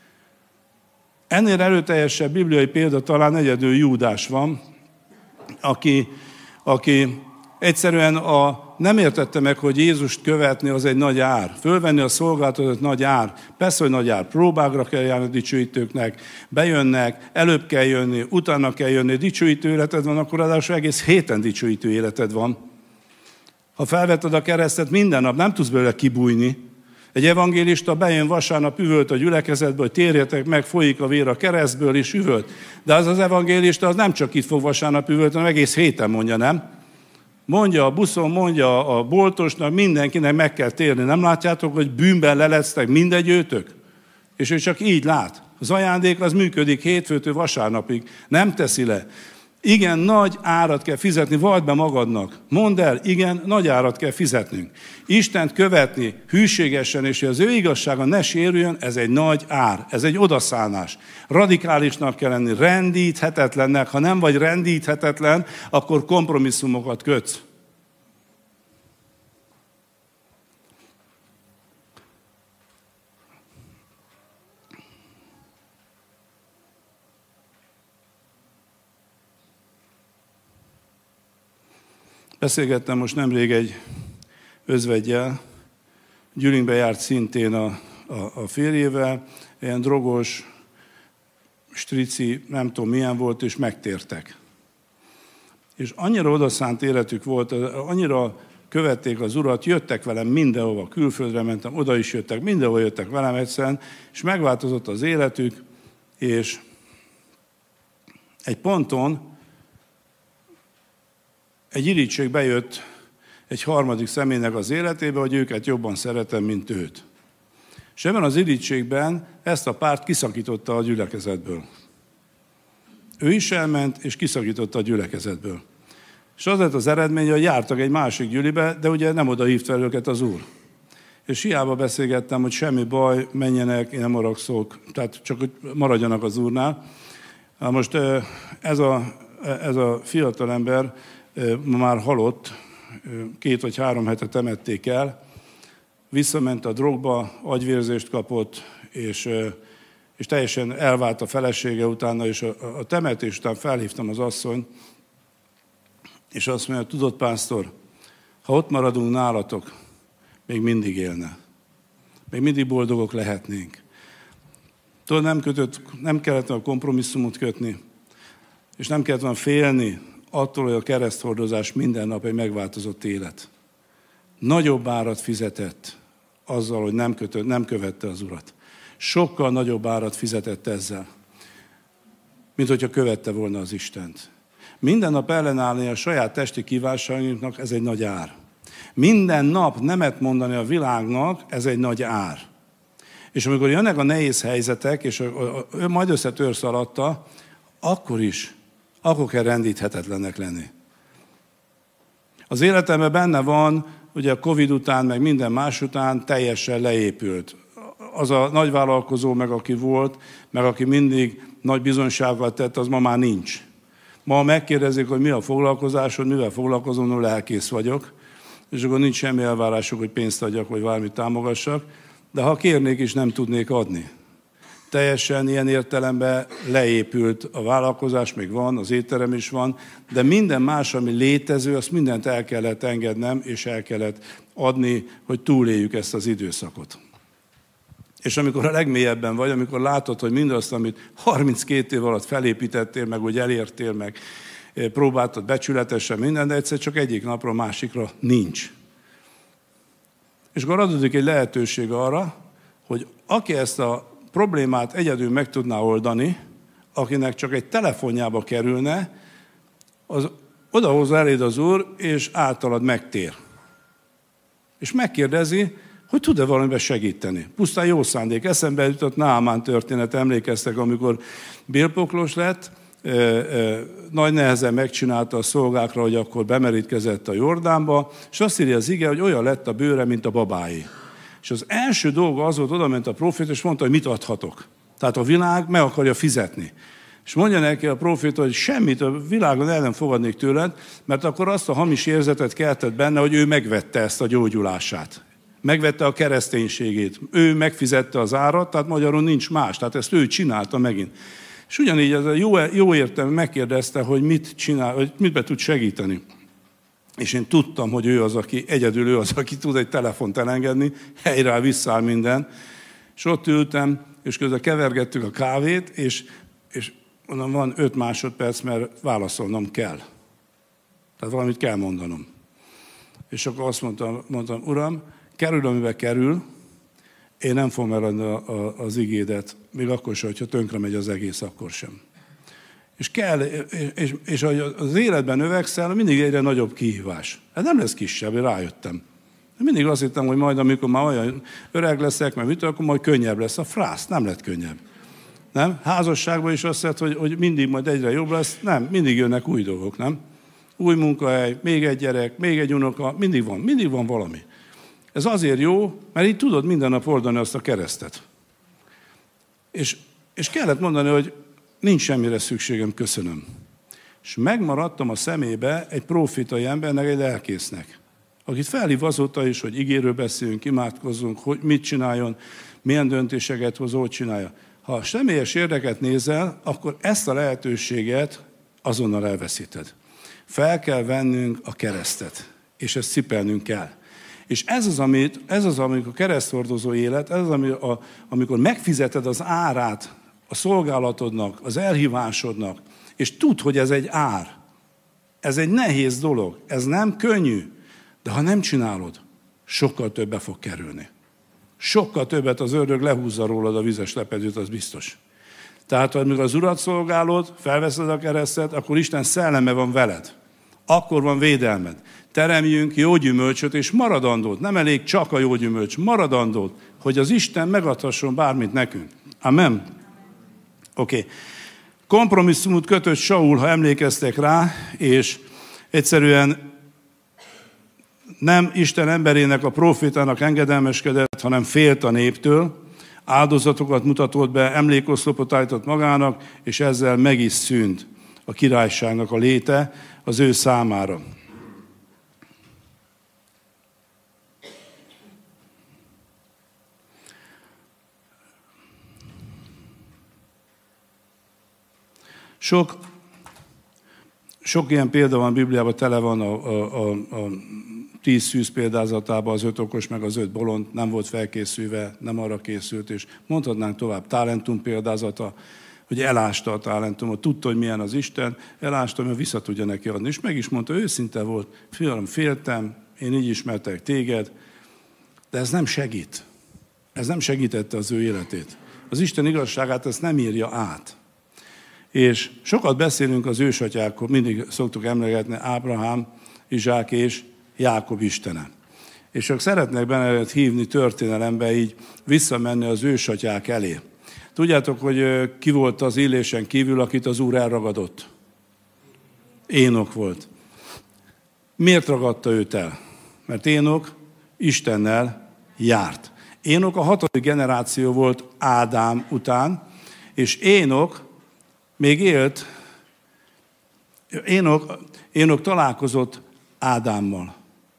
Ennél erőteljesebb bibliai példa talán egyedül Júdás van, aki, aki egyszerűen a, nem értette meg, hogy Jézust követni az egy nagy ár. Fölvenni a szolgálatot nagy ár. Persze, hogy nagy ár. Próbákra kell járni a dicsőítőknek, bejönnek, előbb kell jönni, utána kell jönni. Dicsőítő életed van, akkor ráadásul egész héten dicsőítő életed van. Ha felvetted a keresztet minden nap, nem tudsz belőle kibújni. Egy evangélista bejön vasárnap, üvölt a gyülekezetbe, hogy térjetek meg, folyik a vér a keresztből, és üvölt. De az az evangélista az nem csak itt fog vasárnap üvölt, hanem egész héten mondja, nem? Mondja a buszon, mondja a boltosnak, mindenkinek meg kell térni. Nem látjátok, hogy bűnben lelectek mindegy őtök? És ő csak így lát. Az ajándék az működik hétfőtől vasárnapig. Nem teszi le. Igen, nagy árat kell fizetni, vald be magadnak. Mondd el, igen, nagy árat kell fizetnünk. Istent követni hűségesen, és hogy az ő igazsága ne sérüljön, ez egy nagy ár, ez egy odaszánás. Radikálisnak kell lenni, rendíthetetlennek. Ha nem vagy rendíthetetlen, akkor kompromisszumokat kötsz. Beszélgettem most nemrég egy özveggyel, Gyülinkbe járt szintén a, a, a férjével, ilyen drogos, strici, nem tudom milyen volt, és megtértek. És annyira odaszánt életük volt, annyira követték az Urat, jöttek velem mindenhova, külföldre mentem, oda is jöttek, mindenhova jöttek velem egyszerűen, és megváltozott az életük, és egy ponton egy irigység bejött egy harmadik személynek az életébe, hogy őket jobban szeretem, mint őt. És ebben az irigységben ezt a párt kiszakította a gyülekezetből. Ő is elment, és kiszakította a gyülekezetből. És az lett az eredmény, hogy jártak egy másik gyülibe, de ugye nem oda hívta el őket az Úr. És hiába beszélgettem, hogy semmi baj, menjenek, én nem haragszok, tehát csak hogy maradjanak az Úrnál. Na most ez a, ez a fiatal ember már halott, két vagy három hete temették el, visszament a drogba, agyvérzést kapott, és, és teljesen elvált a felesége utána, és a, a temetés után felhívtam az asszonyt, és azt mondja, tudod, pásztor, ha ott maradunk nálatok, még mindig élne. Még mindig boldogok lehetnénk. Tudod, nem, kötött, nem kellett a kompromisszumot kötni, és nem kellett volna félni attól, hogy a kereszthordozás minden nap egy megváltozott élet. Nagyobb árat fizetett azzal, hogy nem, kötött, nem követte az Urat. Sokkal nagyobb árat fizetett ezzel, mint hogyha követte volna az Istent. Minden nap ellenállni a saját testi kívánságainknak, ez egy nagy ár. Minden nap nemet mondani a világnak, ez egy nagy ár. És amikor jönnek a nehéz helyzetek, és ő majd összetörsz alatta, akkor is, akkor kell rendíthetetlennek lenni. Az életemben benne van, ugye a Covid után, meg minden más után teljesen leépült. Az a nagyvállalkozó, meg aki volt, meg aki mindig nagy bizonyságot tett, az ma már nincs. Ma megkérdezik, hogy mi a foglalkozásod, mivel foglalkozom, no, lelkész vagyok, és akkor nincs semmi elvárásuk, hogy pénzt adjak, vagy valamit támogassak, de ha kérnék is, nem tudnék adni. Teljesen ilyen értelemben leépült a vállalkozás, még van, az étterem is van, de minden más, ami létező, azt mindent el kellett engednem, és el kellett adni, hogy túléljük ezt az időszakot. És amikor a legmélyebben vagy, amikor látod, hogy mindazt, amit harminckét év alatt felépítettél, meg úgy elértél, meg próbáltad becsületesen minden, de egyszer csak egyik napról másikra nincs. És akkor adódik egy lehetőség arra, hogy aki ezt a problémát egyedül meg tudná oldani, akinek csak egy telefonjába kerülne, az odahozza eléd az Úr, és általad megtér. És megkérdezi, hogy tud-e valamiben segíteni. Pusztán jó szándék. Eszembe jutott Námán történet, emlékeztek, amikor bélpoklós lett, nagy nehezen megcsinálta a szolgákra, hogy akkor bemerítkezett a Jordánba, és azt írja az ige, hogy olyan lett a bőre, mint a babáé. És az első dolga az volt, oda ment a proféta, és mondta, hogy mit adhatok. Tehát a világ meg akarja fizetni. És mondja neki a proféta, hogy semmit a világon el nem fogadnék tőled, mert akkor azt a hamis érzetet keltett benne, hogy ő megvette ezt a gyógyulását. Megvette a kereszténységét. Ő megfizette az árat, tehát magyarul nincs más. Tehát ezt ő csinálta megint. És ugyanígy ez a jó, jó értelme megkérdezte, hogy mit csinál, hogy mit be tud segíteni. És én tudtam, hogy ő az, aki, egyedül ő az, aki tud egy telefont elengedni, helyre visszaáll minden. És ott ültem, és közben kevergettük a kávét, és, és onnan van öt másodperc, mert válaszolnom kell. Tehát valamit kell mondanom. És akkor azt mondtam, mondtam Uram, kerül, amiben kerül, én nem fogom eladni az igédet, még akkor sem, hogyha tönkre megy az egész, akkor sem. És kell, és, és ahogy az életben növekszel, mindig egyre nagyobb kihívás. Hát nem lesz kisebb, én rájöttem. Mindig azt hittem, hogy majd amikor már olyan öreg leszek, mert mit, akkor majd könnyebb lesz. A frász, nem lett könnyebb. Nem? Házasságban is azt hitt, hogy, hogy mindig majd egyre jobb lesz. Nem, mindig jönnek új dolgok, nem? Új munkahely, még egy gyerek, még egy unoka, mindig van, mindig van valami. Ez azért jó, mert így tudod minden nap oldani azt a keresztet. És, és kellett mondani, hogy nincs semmire szükségem, köszönöm. És megmaradtam a szemébe egy profitai embernek, egy lelkésznek, akit felhív azóta is, hogy igéről beszélünk, imádkozzunk, hogy mit csináljon, milyen döntéseket hoz, hogy csinálja. Ha személyes érdeket nézel, akkor ezt a lehetőséget azonnal elveszíted. Fel kell vennünk a keresztet, és ezt cipelnünk kell. És ez az, amit, ez az, amikor a kereszthordozó élet, ez az, amikor megfizeted az árát a szolgálatodnak, az elhívásodnak, és tudd, hogy ez egy ár. Ez egy nehéz dolog, ez nem könnyű, de ha nem csinálod, sokkal többe fog kerülni. Sokkal többet az ördög lehúzza rólad a vizes lepedőt, az biztos. Tehát, amikor az Urat szolgálod, felveszed a keresztet, akkor Isten szelleme van veled. Akkor van védelmed. Teremjünk jó gyümölcsöt és maradandót. Nem elég csak a jó gyümölcs, maradandót, hogy az Isten megadhasson bármit nekünk. Amen? Oké. Okay. Kompromisszumot kötött Saul, ha emlékeztek rá, és egyszerűen nem Isten emberének, a profétának engedelmeskedett, hanem félt a néptől, áldozatokat mutatott be, emlékoszlopot állított magának, és ezzel meg is szűnt a királyságnak a léte az ő számára. Sok, sok ilyen példa van a Bibliában, tele van a, a, a, a tíz szűz példázatában, az öt okos meg az öt bolond nem volt felkészülve, nem arra készült, és mondhatnánk tovább, talentum példázata, hogy elásta a talentumot, tudta, hogy milyen az Isten, elásta, mert vissza tudja neki adni. És meg is mondta, őszinte volt, fiam, féltem, én így ismertek téged, de ez nem segít. Ez nem segítette az ő életét. Az Isten igazságát ezt nem írja át. És sokat beszélünk az ősatyákról, mindig szoktuk emlegetni Ábrahám, Izsák és Jákob istene. És csak szeretnek benne hívni történelembe, így visszamenni az ősatyák elé. Tudjátok, hogy ki volt az illésen kívül, akit az Úr elragadott? Énok volt. Miért ragadta őt el? Mert Énok Istennel járt. Énok a hatodik generáció volt Ádám után, és Énok még élt, Énok, Énok találkozott Ádámmal.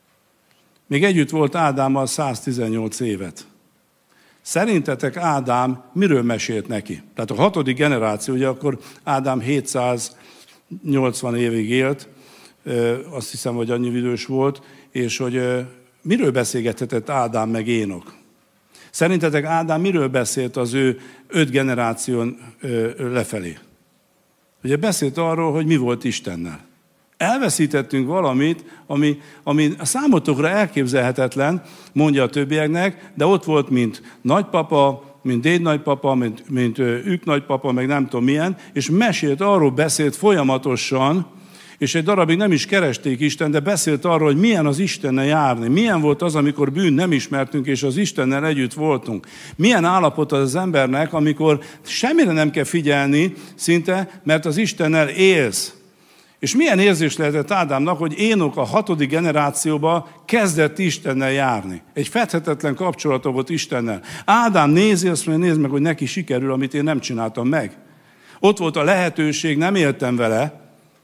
Még együtt volt Ádámmal száztizennyolc évet. Szerintetek Ádám miről mesélt neki? Tehát a hatodik generáció, ugye akkor Ádám hétszáznyolcvan évig élt, azt hiszem, hogy annyi idős volt, és hogy miről beszélgethetett Ádám meg Énok? Szerintetek Ádám miről beszélt az ő öt generáción lefelé? Ugye beszélt arról, hogy mi volt Istennel. Elveszítettünk valamit, ami, ami a számotokra elképzelhetetlen, mondja a többieknek, de ott volt, mint nagypapa, mint dédnagypapa, mint, mint ők nagypapa, meg nem tudom milyen, és mesélt arról, beszélt folyamatosan, és egy darabig nem is keresték Isten, de beszélt arról, hogy milyen az Istennel járni. Milyen volt az, amikor bűn nem ismertünk, és az Istennel együtt voltunk. Milyen állapot az az embernek, amikor semmire nem kell figyelni szinte, mert az Istennel élsz. És milyen érzés lehetett Ádámnak, hogy Énok a hatodik generációba kezdett Istennel járni. Egy fedhetetlen kapcsolata volt Istennel. Ádám nézi, azt mondja, nézd meg, hogy neki sikerül, amit én nem csináltam meg. Ott volt a lehetőség, nem éltem vele,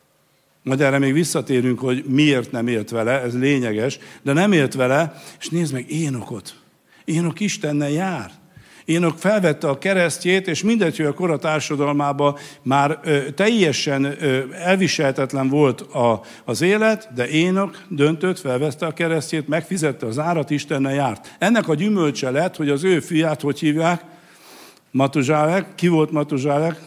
majd erre még visszatérünk, hogy miért nem élt vele, ez lényeges, de nem élt vele, és nézd meg Énokot. Énok Istennel jár. Énok felvette a keresztjét, és mindegy, hogy a kora társadalmában már ö, teljesen ö, elviselhetetlen volt a, az élet, de Énok döntött, felvette a keresztjét, megfizette az árat, Istennel járt. Ennek a gyümölcse lett, hogy az ő fiát, hogy hívják? Matuzsálek. Ki volt Matuzsálek?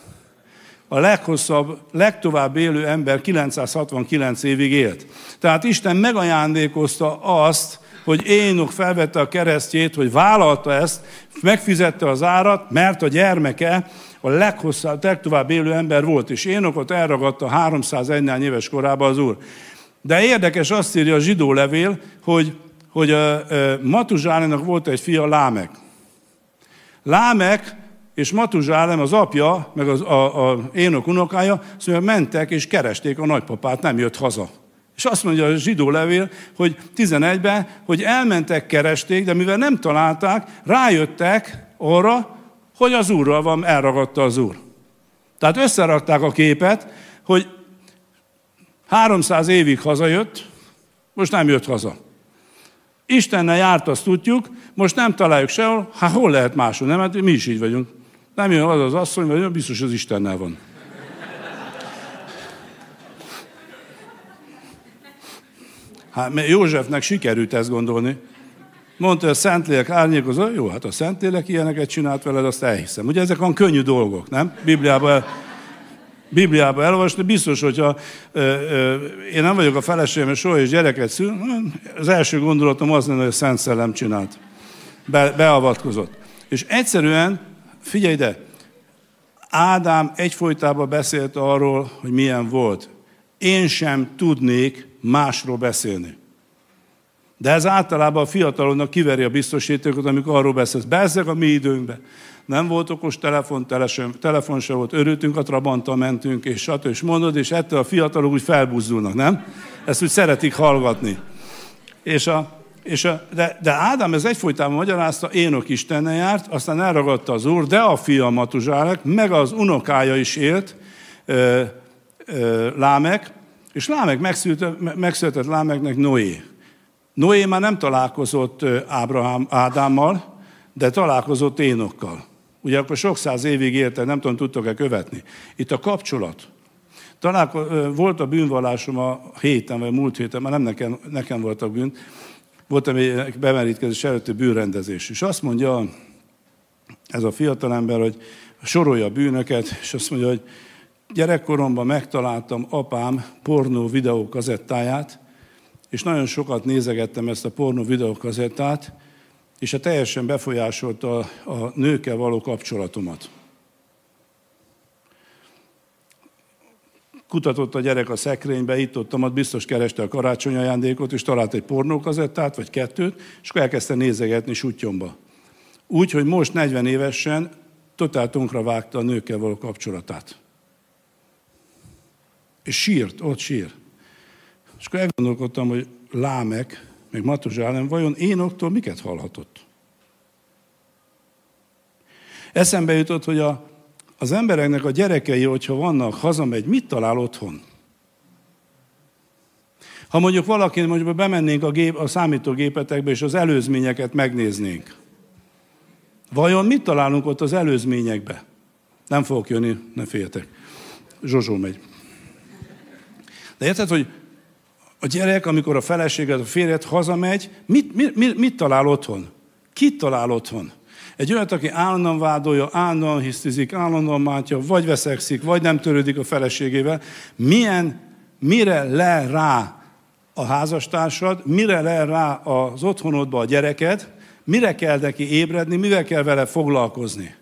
A leghosszabb, legtovább élő ember kilencszázhatvankilenc évig élt. Tehát Isten megajándékozta azt, hogy Énok felvette a keresztjét, hogy vállalta ezt, megfizette az árat, mert a gyermeke a leghosszabb, legtovább élő ember volt, és Énokot elragadta háromszázegy éves korában az Úr. De érdekes, azt írja a zsidó levél, hogy, hogy a, a Matuzsálemnak volt egy fia, Lámek. Lámek és Matuzsálem az apja, meg az, a, a Énok unokája, szóval mentek és keresték a nagypapát, nem jött haza. És azt mondja a zsidó levél, hogy tizenegyben, hogy elmentek, keresték, de mivel nem találták, rájöttek arra, hogy az Úrral van, elragadta az Úr. Tehát összerakták a képet, hogy háromszáz évig hazajött, most nem jött haza. Istennel járt, azt tudjuk, most nem találjuk sehol, hát hol lehet máshol, nem? Hát mi is így vagyunk. Nem jön az az asszony, vagy biztos az Istennel van. Hát Józsefnek sikerült ezt gondolni. Mondta, hogy a Szentlélek árnyékozó, jó, hát a Szentlélek ilyeneket csinált veled, azt elhiszem. Ugye ezek van könnyű dolgok, nem? Bibliában, el, Bibliában elolvasni, biztos, hogyha ö, ö, én nem vagyok a feleségem, és soha is gyereket szül, az első gondolatom az lenne, hogy a Szent Szellem csinált. Be, beavatkozott. És egyszerűen, figyelj ide, Ádám egyfolytában beszélt arról, hogy milyen volt. Én sem tudnék másról beszélni. De ez általában a fiataloknak kiveri a biztosítékot, amikor arról beszélsz. Bezzeg a mi időnkben. Nem volt okos telefon, telefon se volt, örültünk, a Trabanttal mentünk, és stb. És mondod, és ettől a fiatalok úgy felbuzdulnak, nem? Ezt úgy szeretik hallgatni. És a, és a, de, de Ádám ez egyfolytában magyarázta, Énok Istennel járt, aztán elragadta az Úr, de a fia Matuzsálek, meg az unokája is élt, ö, ö, Lámek, és Lámek megszületett, megszületett Lámeknek Noé. Noé már nem találkozott Ábrahám, Ádámmal, de találkozott Énokkal. Ugye akkor sok száz évig élte, nem tudom, tudtok-e követni. Itt a kapcsolat. Találko- volt a bűnvallásom a héten, vagy múlt héten, már nem nekem, nekem volt a bűn, volt egy bemerítkezés előtti bűnrendezés. És azt mondja ez a fiatalember, hogy sorolja a bűnöket, és azt mondja, hogy gyerekkoromban megtaláltam apám pornó videókazettáját, és nagyon sokat nézegettem ezt a pornó videókazettát, és a teljesen befolyásolta a, a nőkkel való kapcsolatomat. Kutatott a gyerek a szekrénybe, itt-ott, ott biztos kereste a karácsony ajándékot, és talált egy pornókazettát, vagy kettőt, és akkor elkezdte nézegetni sutyomba. Úgy, hogy most negyven évesen totál tonkra vágta a nőkkel való kapcsolatát. És sírt, ott sír. És akkor elgondolkodtam, hogy Lámek, meg Matuzsálem, vajon Énoktól miket hallhatott? Eszembe jutott, hogy a, az embereknek a gyerekei, hogyha vannak, hazamegy, mit talál otthon? Ha mondjuk valaki, mondjuk bemennénk a, gép, a számítógépetekbe, és az előzményeket megnéznénk. Vajon mit találunk ott az előzményekbe? Nem fogok jönni, ne féljetek. Zsozsó megy. De érted, hogy a gyerek, amikor a feleséged, a férjed hazamegy, mit, mit, mit, mit talál otthon? Kit talál otthon? Egy olyat, aki állandóan vádolja, állandóan hisztizik, állandóan mátja, vagy veszekszik, vagy nem törődik a feleségével. Milyen, mire le rá a házastársad, mire le rá az otthonodba a gyereked, mire kell neki ébredni, mivel kell vele foglalkozni?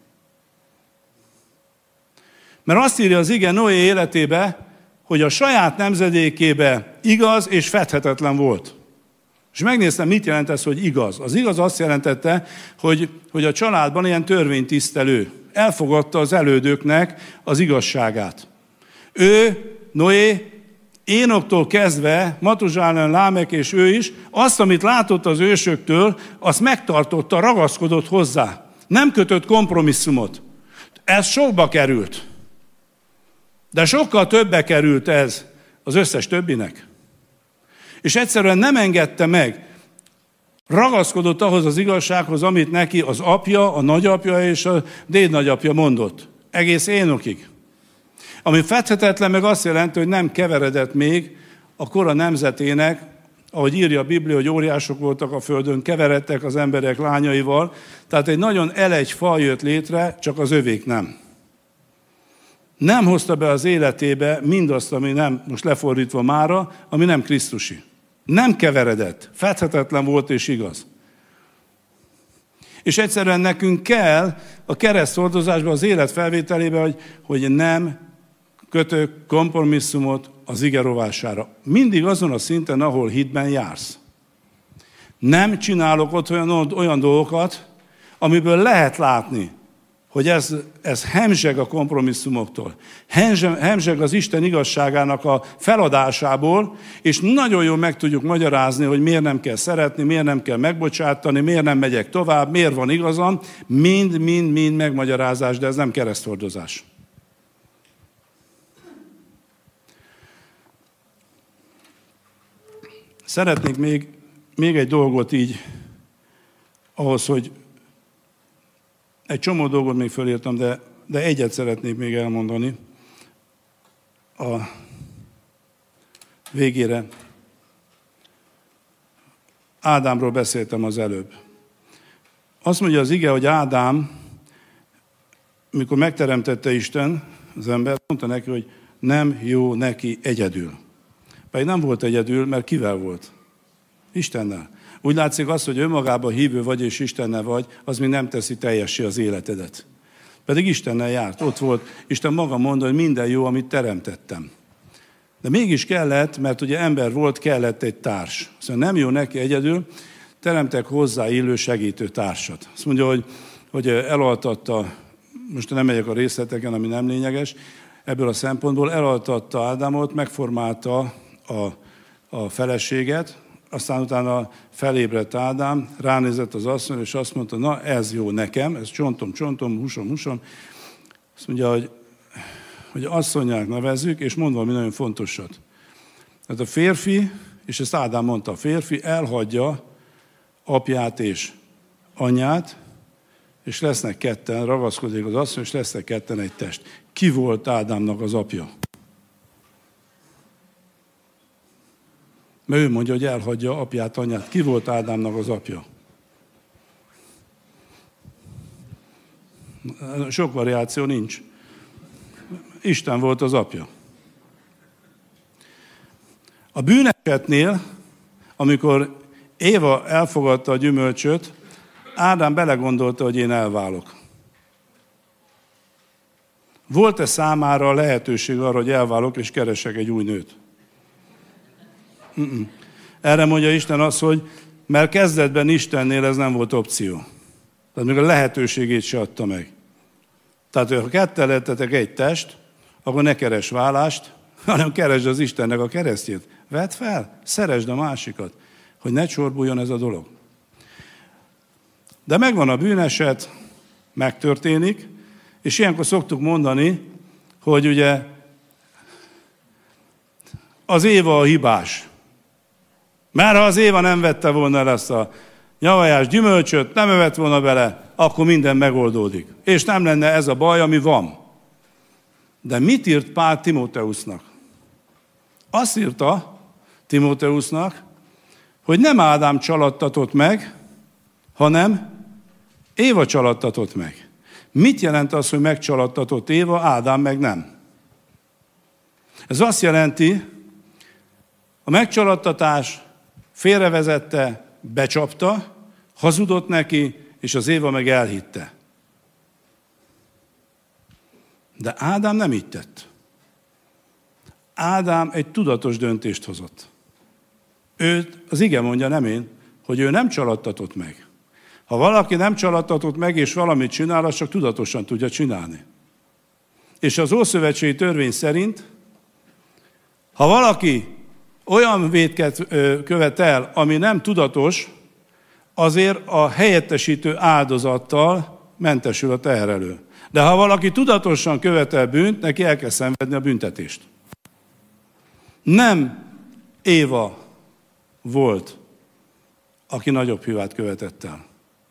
Mert azt írja az ige Noé életébe, hogy a saját nemzedékébe igaz és fedhetetlen volt. És megnéztem, mit jelent ez, hogy igaz. Az igaz azt jelentette, hogy, hogy a családban ilyen törvénytisztelő. Elfogadta az elődöknek az igazságát. Ő, Noé, Énoktól kezdve, Matuzsálem, Lámek és ő is, azt, amit látott az ősöktől, azt megtartotta, ragaszkodott hozzá. Nem kötött kompromisszumot. Ez sokba került. De sokkal többe került ez az összes többinek. És egyszerűen nem engedte meg. Ragaszkodott ahhoz az igazsághoz, amit neki az apja, a nagyapja és a dédnagyapja mondott. Egész Énokig. Ami fedhetetlen, meg azt jelenti, hogy nem keveredett még a kora nemzetének, ahogy írja a Biblia, hogy óriások voltak a földön, keveredtek az emberek lányaival, tehát egy nagyon elegy faj jött létre, csak az övék nem. Nem hozta be az életébe mindazt, ami nem, most lefordítva mára, ami nem krisztusi. Nem keveredett, fedhetetlen volt és igaz. És egyszerűen nekünk kell a kereszthordozásban, az élet felvételében, hogy, hogy nem kötök kompromisszumot az ige rovására. Mindig azon a szinten, ahol hitben jársz. Nem csinálok ott olyan, olyan dolgokat, amiből lehet látni, hogy ez, ez hemzseg a kompromisszumoktól. Hemzseg, hemzseg az Isten igazságának a feladásából, és nagyon jól meg tudjuk magyarázni, hogy miért nem kell szeretni, miért nem kell megbocsátani, miért nem megyek tovább, miért van igazam. Mind, mind, mind megmagyarázás, de ez nem kereszthordozás. Szeretnék még, még egy dolgot így, ahhoz, hogy egy csomó dolgot még fölírtam, de, de egyet szeretnék még elmondani a végére. Ádámról beszéltem az előbb. Azt mondja az ige, hogy Ádám, mikor megteremtette Isten az ember, mondta neki, hogy nem jó neki egyedül. Pedig nem volt egyedül, mert kivel volt? Istennel. Úgy látszik az, hogy önmagában hívő vagy és Istennel vagy, az még nem teszi teljessé az életedet. Pedig Istennel járt, ott volt. Isten maga mondta, hogy minden jó, amit teremtettem. De mégis kellett, mert ugye ember volt, kellett egy társ. Szóval nem jó neki egyedül, teremtek hozzá illő segítő társat. Azt mondja, hogy, hogy elaltatta, most nem megyek a részleteken, ami nem lényeges, ebből a szempontból elaltatta Ádámot, megformálta a, a feleséget, aztán utána felébredt Ádám, ránézett az asszony, és azt mondta, na ez jó nekem, ez csontom, csontom, húsom, húsom. Azt mondja, hogy, hogy asszonyák nevezzük, és mond valami nagyon fontosat. Tehát a férfi, és ezt Ádám mondta, a férfi elhagyja apját és anyját, és lesznek ketten, ragaszkodik az asszony, és lesznek ketten egy test. Ki volt Ádámnak az apja? Mert ő mondja, hogy elhagyja apját, anyját. Ki volt Ádámnak az apja? Sok variáció nincs. Isten volt az apja. A bűnesetnél, amikor Éva elfogadta a gyümölcsöt, Ádám belegondolta, hogy én elválok. Volt-e számára lehetőség arra, hogy elválok és keresek egy új nőt? Mm-mm. Erre mondja Isten azt, hogy mert kezdetben Istennél ez nem volt opció. Tehát még a lehetőségét se adta meg. Tehát, ha ketten lettetek egy test, akkor ne keres válást, hanem keresd az Istennek a keresztjét. Vedd fel, szeresd a másikat, hogy ne csorbuljon ez a dolog. De megvan a bűneset, megtörténik, és ilyenkor szoktuk mondani, hogy ugye az Éva a hibás. Mert ha az Éva nem vette volna el ezt a nyavajás gyümölcsöt, nem evett volna bele, akkor minden megoldódik. És nem lenne ez a baj, ami van. De mit írt Pál Timóteusznak? Azt írta Timóteusznak, hogy nem Ádám csaladtatott meg, hanem Éva csaladtatott meg. Mit jelent az, hogy megcsaladtatott Éva, Ádám meg nem? Ez azt jelenti, a megcsaladtatás félrevezette, becsapta, hazudott neki, és az Éva meg elhitte. De Ádám nem így tett. Ádám egy tudatos döntést hozott. Őt, az ige mondja, nem én, hogy ő nem csaladtatott meg. Ha valaki nem csaladtatott meg, és valamit csinál, azt csak tudatosan tudja csinálni. És az Ószövetségi törvény szerint, ha valaki olyan vétket követ el, ami nem tudatos, azért a helyettesítő áldozattal mentesül a teherelő. De ha valaki tudatosan követel bűnt, neki el kell szenvedni a büntetést. Nem Éva volt, aki nagyobb hibát követett el.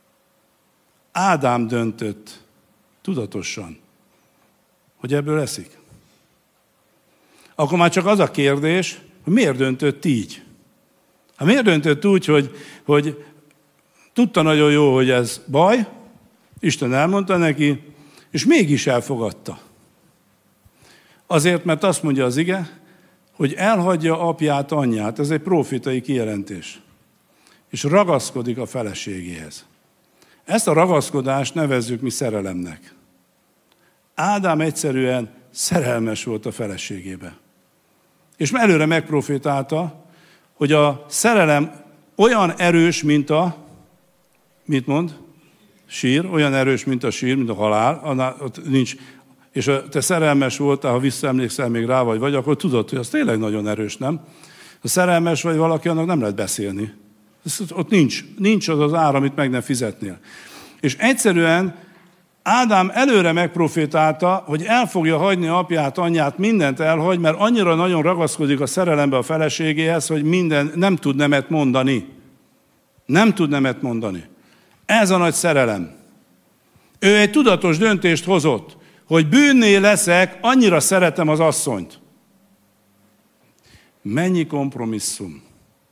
Ádám döntött tudatosan, hogy ebből eszik. Akkor már csak az a kérdés, hogy miért döntött így? Hát miért döntött úgy, hogy, hogy tudta nagyon jó, hogy ez baj, Isten elmondta neki, és mégis elfogadta. Azért, mert azt mondja az ige, hogy elhagyja apját, anyját, ez egy profétai kijelentés, és ragaszkodik a feleségéhez. Ezt a ragaszkodást nevezzük mi szerelemnek. Ádám egyszerűen szerelmes volt a feleségébe. És előre megprofétálta, hogy a szerelem olyan erős, mint a, mit mond? Sír, olyan erős, mint a sír, mint a halál, annál, ott nincs, és ha te szerelmes voltál, ha visszaemlékszel még rá vagy vagy, akkor tudod, hogy az tényleg nagyon erős, nem? Ha szerelmes vagy valaki, annak nem lehet beszélni. Ott nincs, nincs az az ár, amit meg nem fizetnél. És egyszerűen Ádám előre megprofétálta, hogy el fogja hagyni apját, anyját, mindent elhagy, mert annyira nagyon ragaszkodik a szerelembe a feleségéhez, hogy minden nem tud nemet mondani. Nem tud nemet mondani. Ez a nagy szerelem. Ő egy tudatos döntést hozott, hogy bűnné leszek, annyira szeretem az asszonyt. Mennyi kompromisszum.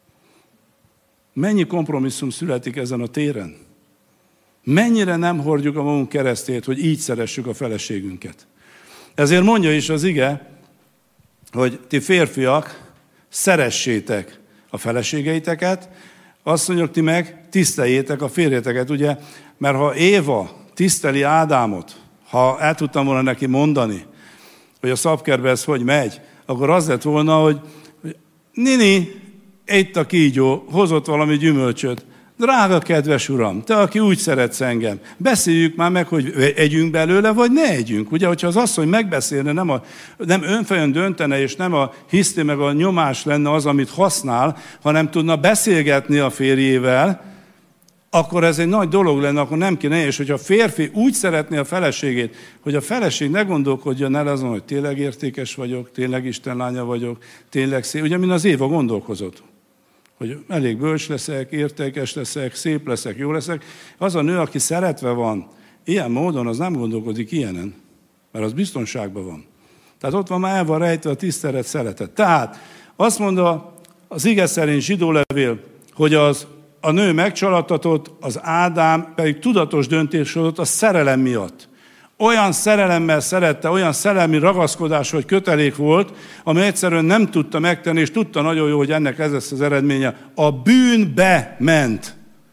Mennyi kompromisszum születik ezen a téren? Mennyire nem hordjuk a magunk keresztét, hogy így szeressük a feleségünket. Ezért mondja is az ige, hogy ti férfiak, szeressétek a feleségeiteket, azt mondjuk, ti meg tiszteljétek a férjeteket, ugye? Mert ha Éva tiszteli Ádámot, ha el tudtam volna neki mondani, hogy a szabkerbe ez hogy megy, akkor az lett volna, hogy Nini, itt a kígyó, hozott valami gyümölcsöt. Drága kedves uram, te, aki úgy szeretsz engem, beszéljük már meg, hogy együnk belőle, vagy ne együnk. Ugye, hogyha az asszony megbeszélne, nem, a, nem önfejön döntene, és nem a hiszti meg a nyomás lenne az, amit használ, hanem tudna beszélgetni a férjével, akkor ez egy nagy dolog lenne, akkor nem kéne. És hogyha a férfi úgy szeretné a feleségét, hogy a feleség ne gondolkodjon el azon, hogy tényleg értékes vagyok, tényleg Isten lánya vagyok, tényleg szép. Ugye, mint az Éva gondolkozott, hogy elég bölcs leszek, értékes leszek, szép leszek, jó leszek. Az a nő, aki szeretve van, ilyen módon, az nem gondolkodik ilyenen, mert az biztonságban van. Tehát ott van már el van rejtve a tisztelet, szeretet. Tehát azt mondja az ige szerint zsidó levél, hogy az, a nő megcsalattatott, az Ádám pedig tudatos döntés hozott a szerelem miatt. Olyan szerelemmel szerette, olyan szellemi ragaszkodás, hogy kötelék volt, ami egyszerűen nem tudta megtenni, és tudta nagyon jó, hogy ennek ez lesz az eredménye. A bűnbe ment.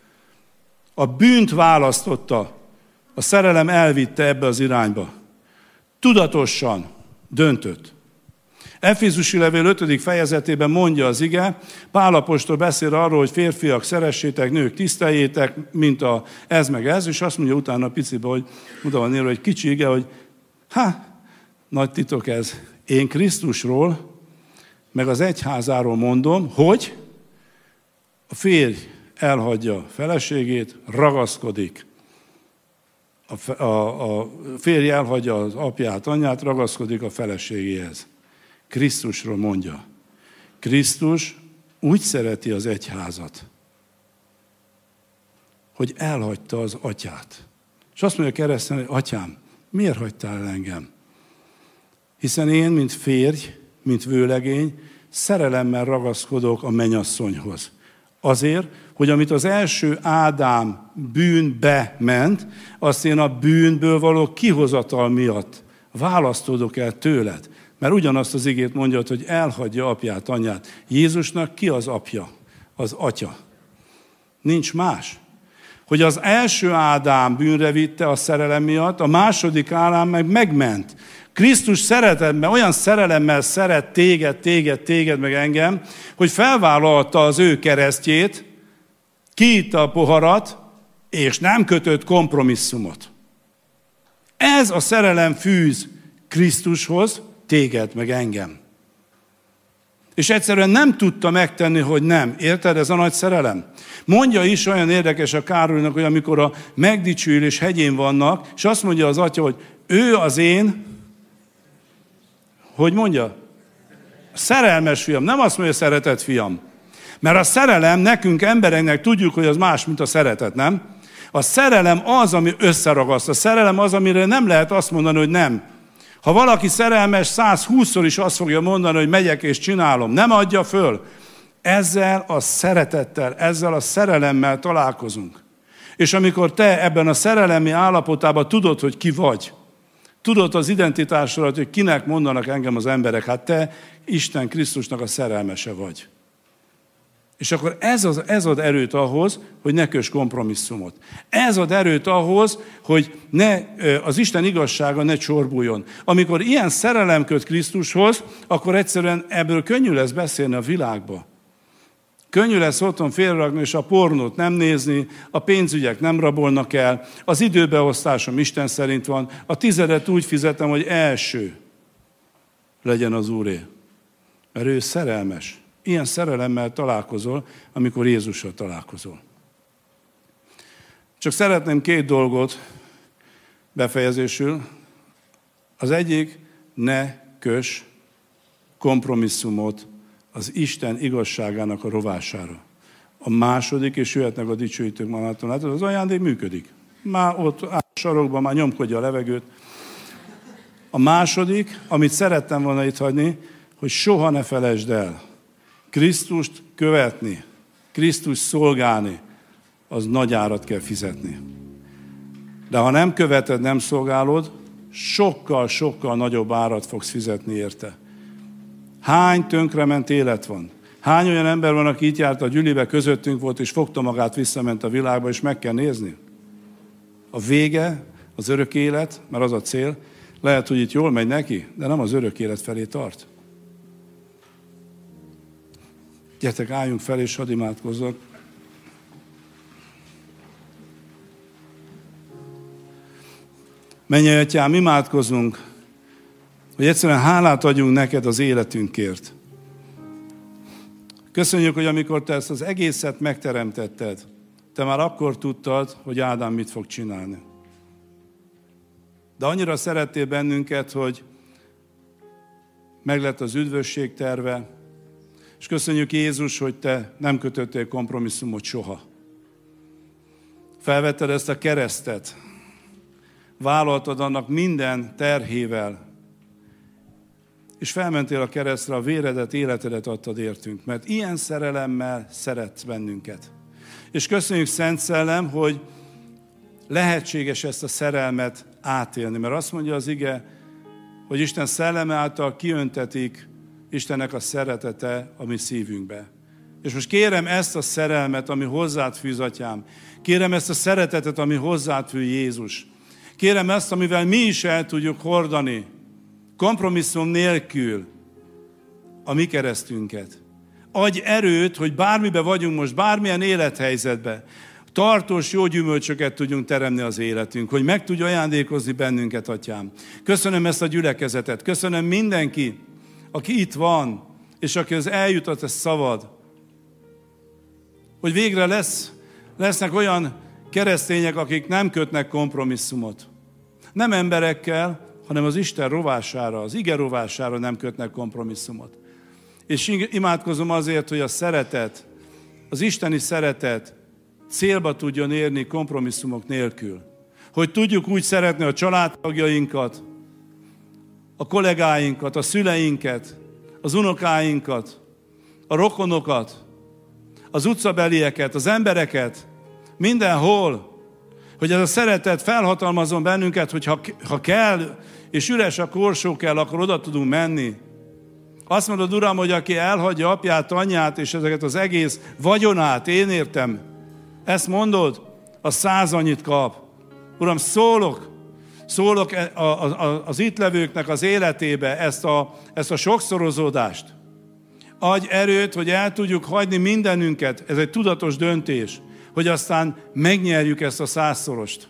A bűnt választotta. A szerelem elvitte ebbe az irányba. Tudatosan döntött. Efézusi levél ötödik fejezetében mondja az ige, Pál apostol beszél arról, hogy férfiak szeressétek, nők tiszteljétek, mint a ez meg ez, és azt mondja utána a picibe, hogy oda van írva, hogy kicsi ige, hogy hát, nagy titok ez, én Krisztusról, meg az egyházáról mondom, hogy a férj elhagyja a feleségét, ragaszkodik. A, a, a férj elhagyja az apját, anyját, ragaszkodik a feleségéhez. Krisztusról mondja. Krisztus úgy szereti az egyházat, hogy elhagyta az atyát. És azt mondja kereszten, hogy atyám, miért hagytál el engem? Hiszen én, mint férj, mint vőlegény, szerelemmel ragaszkodok a mennyasszonyhoz. Azért, hogy amit az első Ádám bűnbe ment, azt én a bűnből való kihozatal miatt választódok el tőled. Mert ugyanazt az igét mondja, hogy elhagyja apját, anyját. Jézusnak ki az apja? Az atya. Nincs más. Hogy az első Ádám bűnre vitte a szerelem miatt, a második Ádám meg megment. Krisztus szeretetben, olyan szerelemmel szeret téged, téged, téged, meg engem, hogy felvállalta az ő keresztjét, kiitta a poharat, és nem kötött kompromisszumot. Ez a szerelem fűz Krisztushoz, téged, meg engem. És egyszerűen nem tudta megtenni, hogy nem. Érted? Ez a nagy szerelem. Mondja is, olyan érdekes a Károlynak, hogy amikor a megdicsőülés hegyén vannak, és azt mondja az atya, hogy ő az én, hogy mondja? Szerelmes fiam. Nem azt mondja, szeretett fiam. Mert a szerelem nekünk embereknek tudjuk, hogy az más, mint a szeretet, nem? A szerelem az, ami összeragaszt. A szerelem az, amire nem lehet azt mondani, hogy nem. Ha valaki szerelmes, százhúszszor is azt fogja mondani, hogy megyek és csinálom. Nem adja föl. Ezzel a szeretettel, ezzel a szerelemmel találkozunk. És amikor te ebben a szerelemi állapotában tudod, hogy ki vagy, tudod az identitásodat, hogy kinek mondanak engem az emberek, hát te Isten Krisztusnak a szerelmese vagy. És akkor ez, az, ez ad erőt ahhoz, hogy ne köss kompromisszumot. Ez ad erőt ahhoz, hogy ne, az Isten igazsága ne csorbuljon. Amikor ilyen szerelem köt Krisztushoz, akkor egyszerűen ebből könnyű lesz beszélni a világba. Könnyű lesz otthon félrerakni, és a pornót nem nézni, a pénzügyek nem rabolnak el, az időbeosztásom Isten szerint van, a tizedet úgy fizetem, hogy első legyen az Úré. Mert ő szerelmes. Ilyen szerelemmel találkozol, amikor Jézussal találkozol. Csak szeretném két dolgot befejezésül. Az egyik, ne köss kompromisszumot az Isten igazságának a rovására. A második, és jöhetnek a dicsőítők magától, hát az ajándék működik. Már ott áll a sarokban, már nyomkodja a levegőt. A második, amit szerettem volna itt hagyni, hogy soha ne felejtsd el, Krisztust követni, Krisztus szolgálni, az nagy árat kell fizetni. De ha nem követed, nem szolgálod, sokkal-sokkal nagyobb árat fogsz fizetni érte. Hány tönkrement élet van? Hány olyan ember van, aki itt járt a gyülibe, közöttünk volt, és fogta magát, visszament a világba, és meg kell nézni? A vége, az örök élet, mert az a cél, lehet, hogy itt jól megy neki, de nem az örök élet felé tart. Gyertek, álljunk fel, és hadd imádkozzak. Mennyei Atyám, imádkozunk, hogy egyszerűen hálát adjunk neked az életünkért. Köszönjük, hogy amikor te ezt az egészet megteremtetted, te már akkor tudtad, hogy Ádám mit fog csinálni. De annyira szerettél bennünket, hogy meglett az üdvösség terve, és köszönjük Jézus, hogy te nem kötöttél kompromisszumot soha. Felvetted ezt a keresztet, vállaltad annak minden terhével, és felmentél a keresztre, a véredet, életedet adtad értünk, mert ilyen szerelemmel szeretsz bennünket. És köszönjük, Szent Szellem, hogy lehetséges ezt a szerelmet átélni, mert azt mondja az ige, hogy Isten szelleme által kiöntetik Istennek a szeretete a mi szívünkbe. És most kérem ezt a szerelmet, ami hozzád fűz, Atyám. Kérem ezt a szeretetet, ami hozzád fűz, Jézus. Kérem ezt, amivel mi is el tudjuk hordani, kompromisszum nélkül a mi keresztünket. Adj erőt, hogy bármibe vagyunk most, bármilyen élethelyzetben, tartós jó gyümölcsöket tudjunk teremni az életünk, hogy meg tudj ajándékozni bennünket, Atyám. Köszönöm ezt a gyülekezetet, köszönöm mindenki, aki itt van, és aki az eljutott ez szavad, hogy végre lesz, lesznek olyan keresztények, akik nem kötnek kompromisszumot. Nem emberekkel, hanem az Isten rovására, az ige rovására nem kötnek kompromisszumot. És imádkozom azért, hogy a szeretet, az isteni szeretet célba tudjon érni kompromisszumok nélkül. Hogy tudjuk úgy szeretni a családtagjainkat, a kollégáinkat, a szüleinket, az unokáinkat, a rokonokat, az utcabelieket, az embereket, mindenhol, hogy ez a szeretet felhatalmazon bennünket, hogy ha, ha kell, és üres a korsó kell, akkor oda tudunk menni. Azt mondod, Uram, hogy aki elhagyja apját, anyját, és ezeket az egész vagyonát, én értem, ezt mondod, a száz annyit kap. Uram, szólok, szólok az itt levőknek az életébe ezt a, ezt a sokszorozódást. Adj erőt, hogy el tudjuk hagyni mindenünket, ez egy tudatos döntés, hogy aztán megnyerjük ezt a százszorost.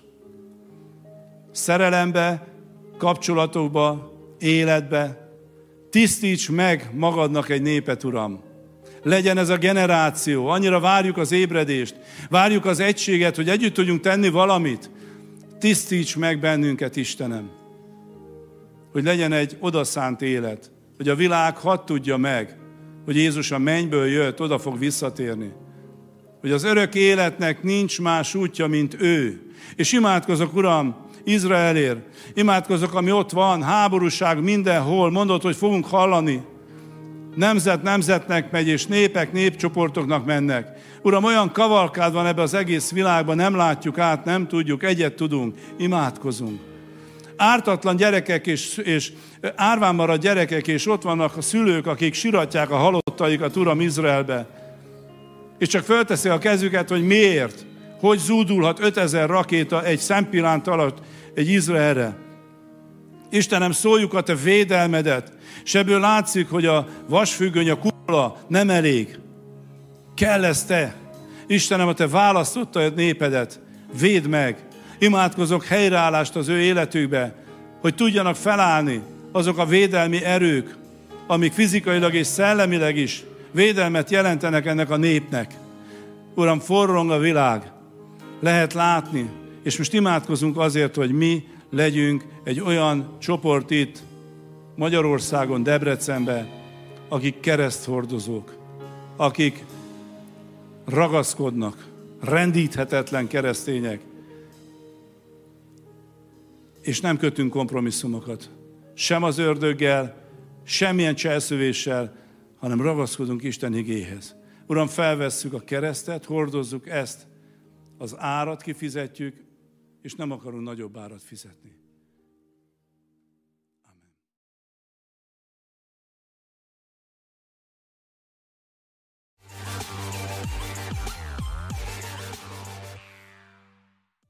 Szerelembe, kapcsolatokba, életbe, tisztíts meg magadnak egy népet, Uram. Legyen ez a generáció, annyira várjuk az ébredést, várjuk az egységet, hogy együtt tudjunk tenni valamit. Tisztíts meg bennünket, Istenem, hogy legyen egy odaszánt élet, hogy a világ hadd tudja meg, hogy Jézus a mennyből jött, oda fog visszatérni. Hogy az örök életnek nincs más útja, mint ő. És imádkozok, Uram, Izraelért, imádkozok, ami ott van, háborúság mindenhol, mondod, hogy fogunk hallani. Nemzet nemzetnek megy, és népek népcsoportoknak mennek. Uram, olyan kavalkád van ebbe az egész világban, nem látjuk át, nem tudjuk, egyet tudunk, imádkozunk. Ártatlan gyerekek és, és árván maradt gyerekek, és ott vannak a szülők, akik siratják a halottaikat, Uram, Izraelbe. És csak fölteszi a kezüket, hogy miért, hogy zúdulhat ötezer rakéta egy szempillánt alatt egy Izraelre. Istenem, szóljuk a te védelmedet, és ebből látszik, hogy a vasfüggöny, a kupola nem elég. Kell ez te. Istenem, a te választottad népedet, védd meg. Imádkozok helyreállást az ő életükbe, hogy tudjanak felállni azok a védelmi erők, amik fizikailag és szellemileg is védelmet jelentenek ennek a népnek. Uram, forrong a világ, lehet látni, és most imádkozunk azért, hogy mi legyünk egy olyan csoport itt Magyarországon, Debrecenben, akik kereszthordozók, akik ragaszkodnak, rendíthetetlen keresztények, és nem kötünk kompromisszumokat. Sem az ördöggel, semmilyen cselszövéssel, hanem ragaszkodunk Isten igéhez. Uram, felvesszük a keresztet, hordozzuk ezt, az árat kifizetjük, és nem akarunk nagyobb árat fizetni.